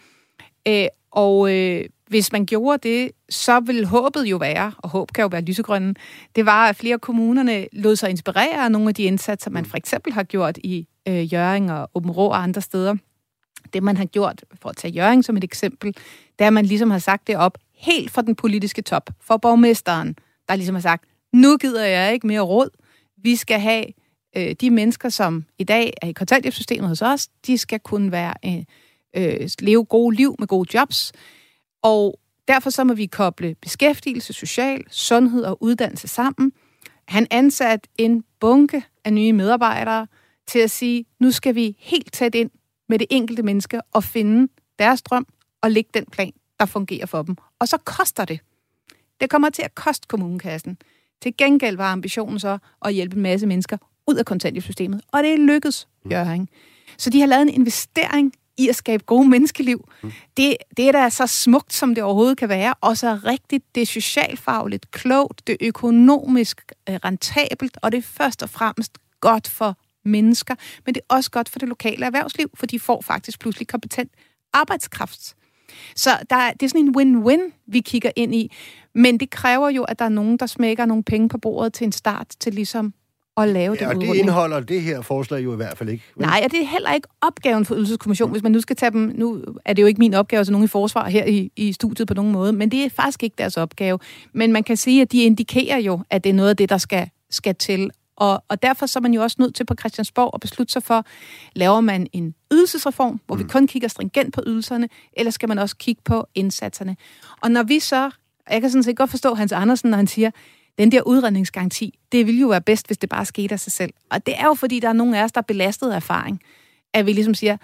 Speaker 3: Hvis man gjorde det, så ville håbet jo være, og håb kan jo være lysegrønne, det var, at flere kommunerne lod sig inspirere af nogle af de indsatser, man for eksempel har gjort i Hjørring og Aabenraa og andre steder. Det, man har gjort, for at tage Hjørring som et eksempel, det er, at man ligesom har sagt det op helt fra den politiske top, for borgmesteren, der ligesom har sagt, nu gider jeg ikke mere råd. Vi skal have de mennesker, som i dag er i kontanthjælpssystemet hos os, de skal kunne leve gode liv med gode jobs. Og derfor så må vi koble beskæftigelse, social, sundhed og uddannelse sammen. Han ansat en bunke af nye medarbejdere til at sige, nu skal vi helt tæt ind med det enkelte menneske og finde deres drøm og lægge den plan, der fungerer for dem. Og så koster det. Det kommer til at koste kommunekassen. Til gengæld var ambitionen så at hjælpe en masse mennesker ud af kontanthjælpssystemet. Og det er lykkedes, Hjørring. Så de har lavet en investering i at skabe gode menneskeliv. Det er da så smukt, som det overhovedet kan være, og så rigtigt, det er socialfagligt klogt, det er økonomisk rentabelt, og det er først og fremmest godt for mennesker, men det er også godt for det lokale erhvervsliv, for de får faktisk pludselig kompetent arbejdskraft. Så det er sådan en win-win, vi kigger ind i, men det kræver jo, at der er nogen, der smækker nogle penge på bordet til en start, til ligesom at lave den udrulning. Og det
Speaker 1: indeholder det her forslag jo i hvert fald ikke.
Speaker 3: Vel? Nej, og det er heller ikke opgaven for Ydelseskommissionen, hvis man nu skal tage dem. Nu er det jo ikke min opgave som nogen i forsvar her i studiet på nogen måde, men det er faktisk ikke deres opgave. Men man kan sige, at de indikerer jo, at det er noget af det, der skal til. Og derfor så er man jo også nødt til på Christiansborg at beslutte sig for, laver man en ydelsesreform, hvor vi kun kigger stringent på ydelserne, eller skal man også kigge på indsatserne. Og når vi så, jeg kan sådan set godt forstå Hans Andersen, når han siger, den der udredningsgaranti, det ville jo være bedst, hvis det bare skete af sig selv. Og det er jo, fordi der er nogen af os, der er belastet af erfaring, at vi ligesom siger,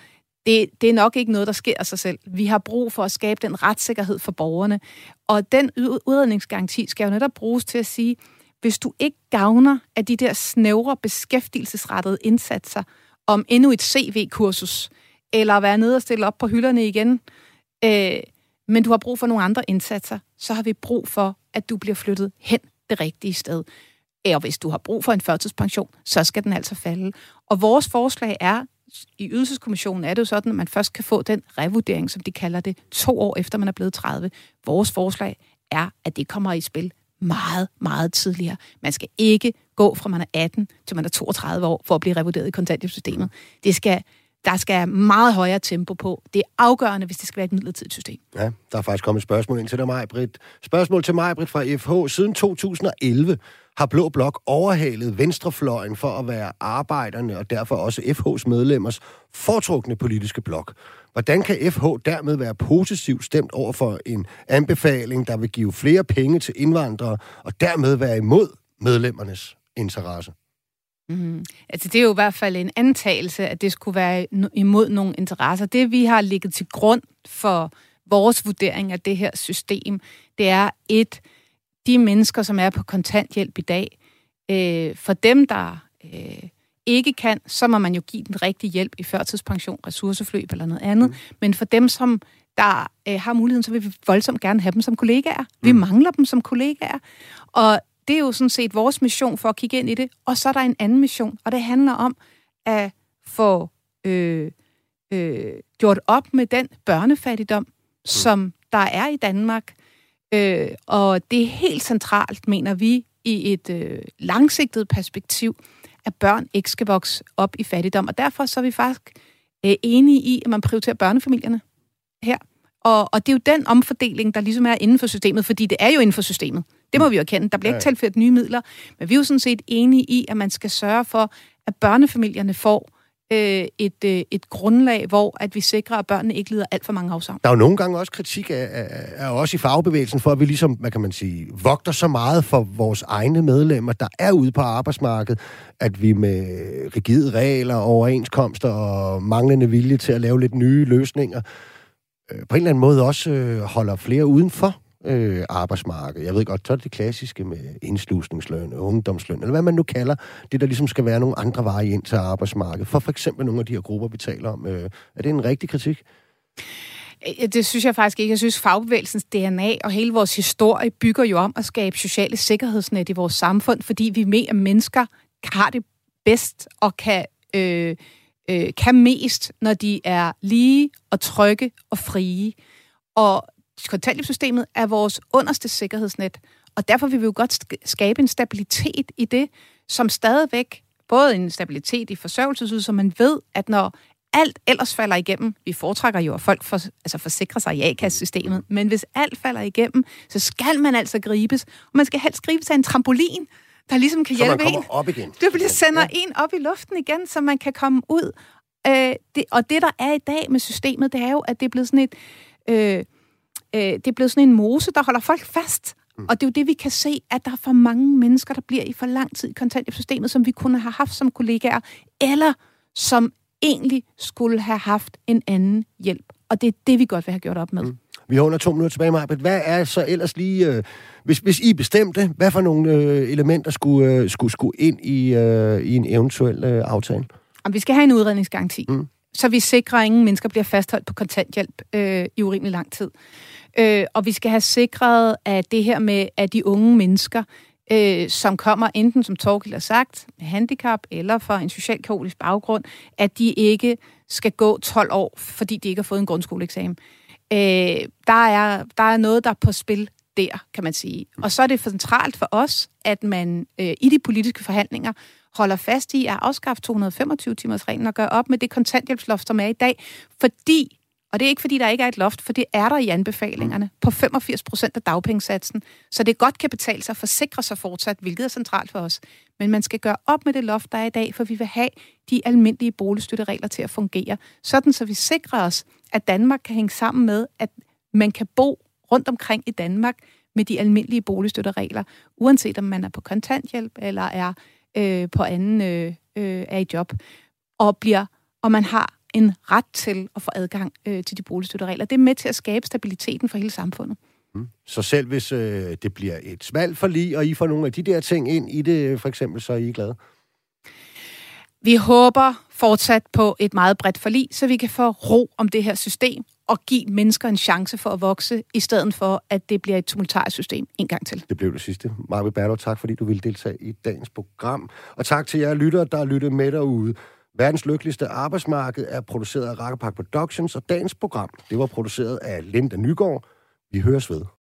Speaker 3: det er nok ikke noget, der sker af sig selv. Vi har brug for at skabe den retssikkerhed for borgerne. Og den udredningsgaranti skal jo netop bruges til at sige, hvis du ikke gavner af de der snævre beskæftigelsesrettede indsatser om endnu et CV-kursus, eller være nede og stille op på hylderne igen, men du har brug for nogle andre indsatser, så har vi brug for, at du bliver flyttet hen det rigtige sted. Og hvis du har brug for en førtidspension, så skal den altså falde. Og vores forslag er, i Ydelseskommissionen er det jo sådan, at man først kan få den revurdering, som de kalder det, 2 år efter man er blevet 30. Vores forslag er, at det kommer i spil meget, meget tidligere. Man skal ikke gå fra man er 18 til man er 32 år for at blive revurderet i kontanthjælpssystemet. Der skal meget højere tempo på. Det er afgørende, hvis det skal være et midlertidigt system.
Speaker 1: Ja, der er faktisk kommet et spørgsmål ind til dig, Maj-Britt. Spørgsmål til Maj-Britt fra FH. Siden 2011 har Blå Blok overhalet venstrefløjen for at være arbejderne og derfor også FH's medlemmers foretrukne politiske blok. Hvordan kan FH dermed være positivt stemt over for en anbefaling, der vil give flere penge til indvandrere og dermed være imod medlemmernes interesse?
Speaker 3: Altså det er jo i hvert fald en antagelse, at det skulle være imod nogle interesser. Det vi har ligget til grund for vores vurdering af det her system, det er de mennesker, som er på kontanthjælp i dag, for dem, der ikke kan, så må man jo give den rigtige hjælp i førtidspension, ressourceforløb eller noget andet. Men for dem, som der har muligheden, så vil vi voldsomt gerne have dem som kollegaer. Vi mangler dem som kollegaer. Og det er jo sådan set vores mission for at kigge ind i det. Og så er der en anden mission, og det handler om at få gjort op med den børnefattigdom, som der er i Danmark. Og det er helt centralt, mener vi, i et langsigtet perspektiv, at børn ikke skal vokse op i fattigdom. Og derfor så er vi faktisk enige i, at man prioriterer børnefamilierne her. Og det er jo den omfordeling, der ligesom er inden for systemet, fordi det er jo inden for systemet. Det må vi jo erkende. Der bliver ikke tilført nye midler. Men vi er jo sådan set enige i, at man skal sørge for, at børnefamilierne får et grundlag, hvor at vi sikrer, at børnene ikke lider alt for mange afsavn. Der
Speaker 1: er jo nogle gange også kritik af os i fagbevægelsen, for at vi ligesom, hvad kan man sige, vogter så meget for vores egne medlemmer, der er ude på arbejdsmarkedet, at vi med rigide regler, overenskomster og manglende vilje til at lave lidt nye løsninger, på en eller anden måde også holder flere udenfor arbejdsmarkedet. Jeg ved godt, så er det klassiske med indslusningsløn, ungdomsløn, eller hvad man nu kalder det, der ligesom skal være nogle andre veje ind til arbejdsmarkedet. For eksempel nogle af de her grupper, vi taler om. Er det en rigtig kritik?
Speaker 3: Det synes jeg faktisk ikke. Jeg synes, fagbevægelsens DNA og hele vores historie bygger jo om at skabe sociale sikkerhedsnet i vores samfund, fordi vi mener, at mennesker har det bedst og kan mest, når de er lige og trygge og frie. Og kontanthjælpssystemet er vores underste sikkerhedsnet, og derfor vil vi jo godt skabe en stabilitet i det, som stadigvæk, både en stabilitet i forsørgelsesydelse, så man ved, at når alt ellers falder igennem, vi foretrækker jo, at folk forsikrer sig i A-kassesystemet, men hvis alt falder igennem, så skal man altså gribes, og man skal helst gribes af en trampolin, der ligesom kan hjælpe en. Så man kommer
Speaker 1: op igen.
Speaker 3: Det sender en op i luften igen, så man kan komme ud. Og det, der er i dag med systemet, det er jo, at det er blevet sådan det er blevet sådan en mose, der holder folk fast. Og det er jo det, vi kan se, at der er for mange mennesker, der bliver i for lang tid i kontanthjælpssystemet, som vi kunne have haft som kollegaer, eller som egentlig skulle have haft en anden hjælp. Og det er det, vi godt vil have gjort op med.
Speaker 1: Vi har under 2 minutter tilbage, Maj-Britt. Hvad er så ellers lige... Hvis I bestemte, hvad for nogle elementer skulle ind i en eventuel aftale?
Speaker 3: Og vi skal have en udredningsgaranti, så vi sikrer, at ingen mennesker bliver fastholdt på kontanthjælp i urimelig lang tid. Og vi skal have sikret, at det her med, at de unge mennesker, som kommer enten, som Torkild har sagt, med handicap eller fra en socialkaotisk baggrund, at de ikke skal gå 12 år, fordi de ikke har fået en grundskoleeksamen. Der er noget, der er på spil der, kan man sige. Og så er det centralt for os, at man i de politiske forhandlinger holder fast i at afskaffe 225-timers-reglen og gøre op med det kontanthjælpsloft, som er i dag, fordi, og det er ikke fordi, der ikke er et loft, for det er der i anbefalingerne, på 85% af dagpengesatsen, så det godt kan betale sig at forsikre sig fortsat, hvilket er centralt for os. Men man skal gøre op med det loft, der er i dag, for vi vil have de almindelige boligstøtteregler til at fungere, sådan så vi sikrer os, at Danmark kan hænge sammen med, at man kan bo rundt omkring i Danmark med de almindelige boligstøtteregler, uanset om man er på kontanthjælp eller er på anden er i job, og man har en ret til at få adgang til de boligstøtteregler. Det er med til at skabe stabiliteten for hele samfundet.
Speaker 1: Så selv hvis det bliver et smalt forlig, og I får nogle af de der ting ind i det, for eksempel, så er I glade?
Speaker 3: Vi håber fortsat på et meget bredt forlig, så vi kan få ro om det her system og give mennesker en chance for at vokse, i stedet for, at det bliver et tumultarisk system en gang til.
Speaker 1: Det blev det sidste. Maj-Britt Bertelov, tak fordi du ville deltage i dagens program. Og tak til jer lyttere, der har lyttet med derude. Verdens lykkeligste arbejdsmarked er produceret af Rakkerpark Productions, og dagens program, det var produceret af Linda Nygaard. Vi høres ved.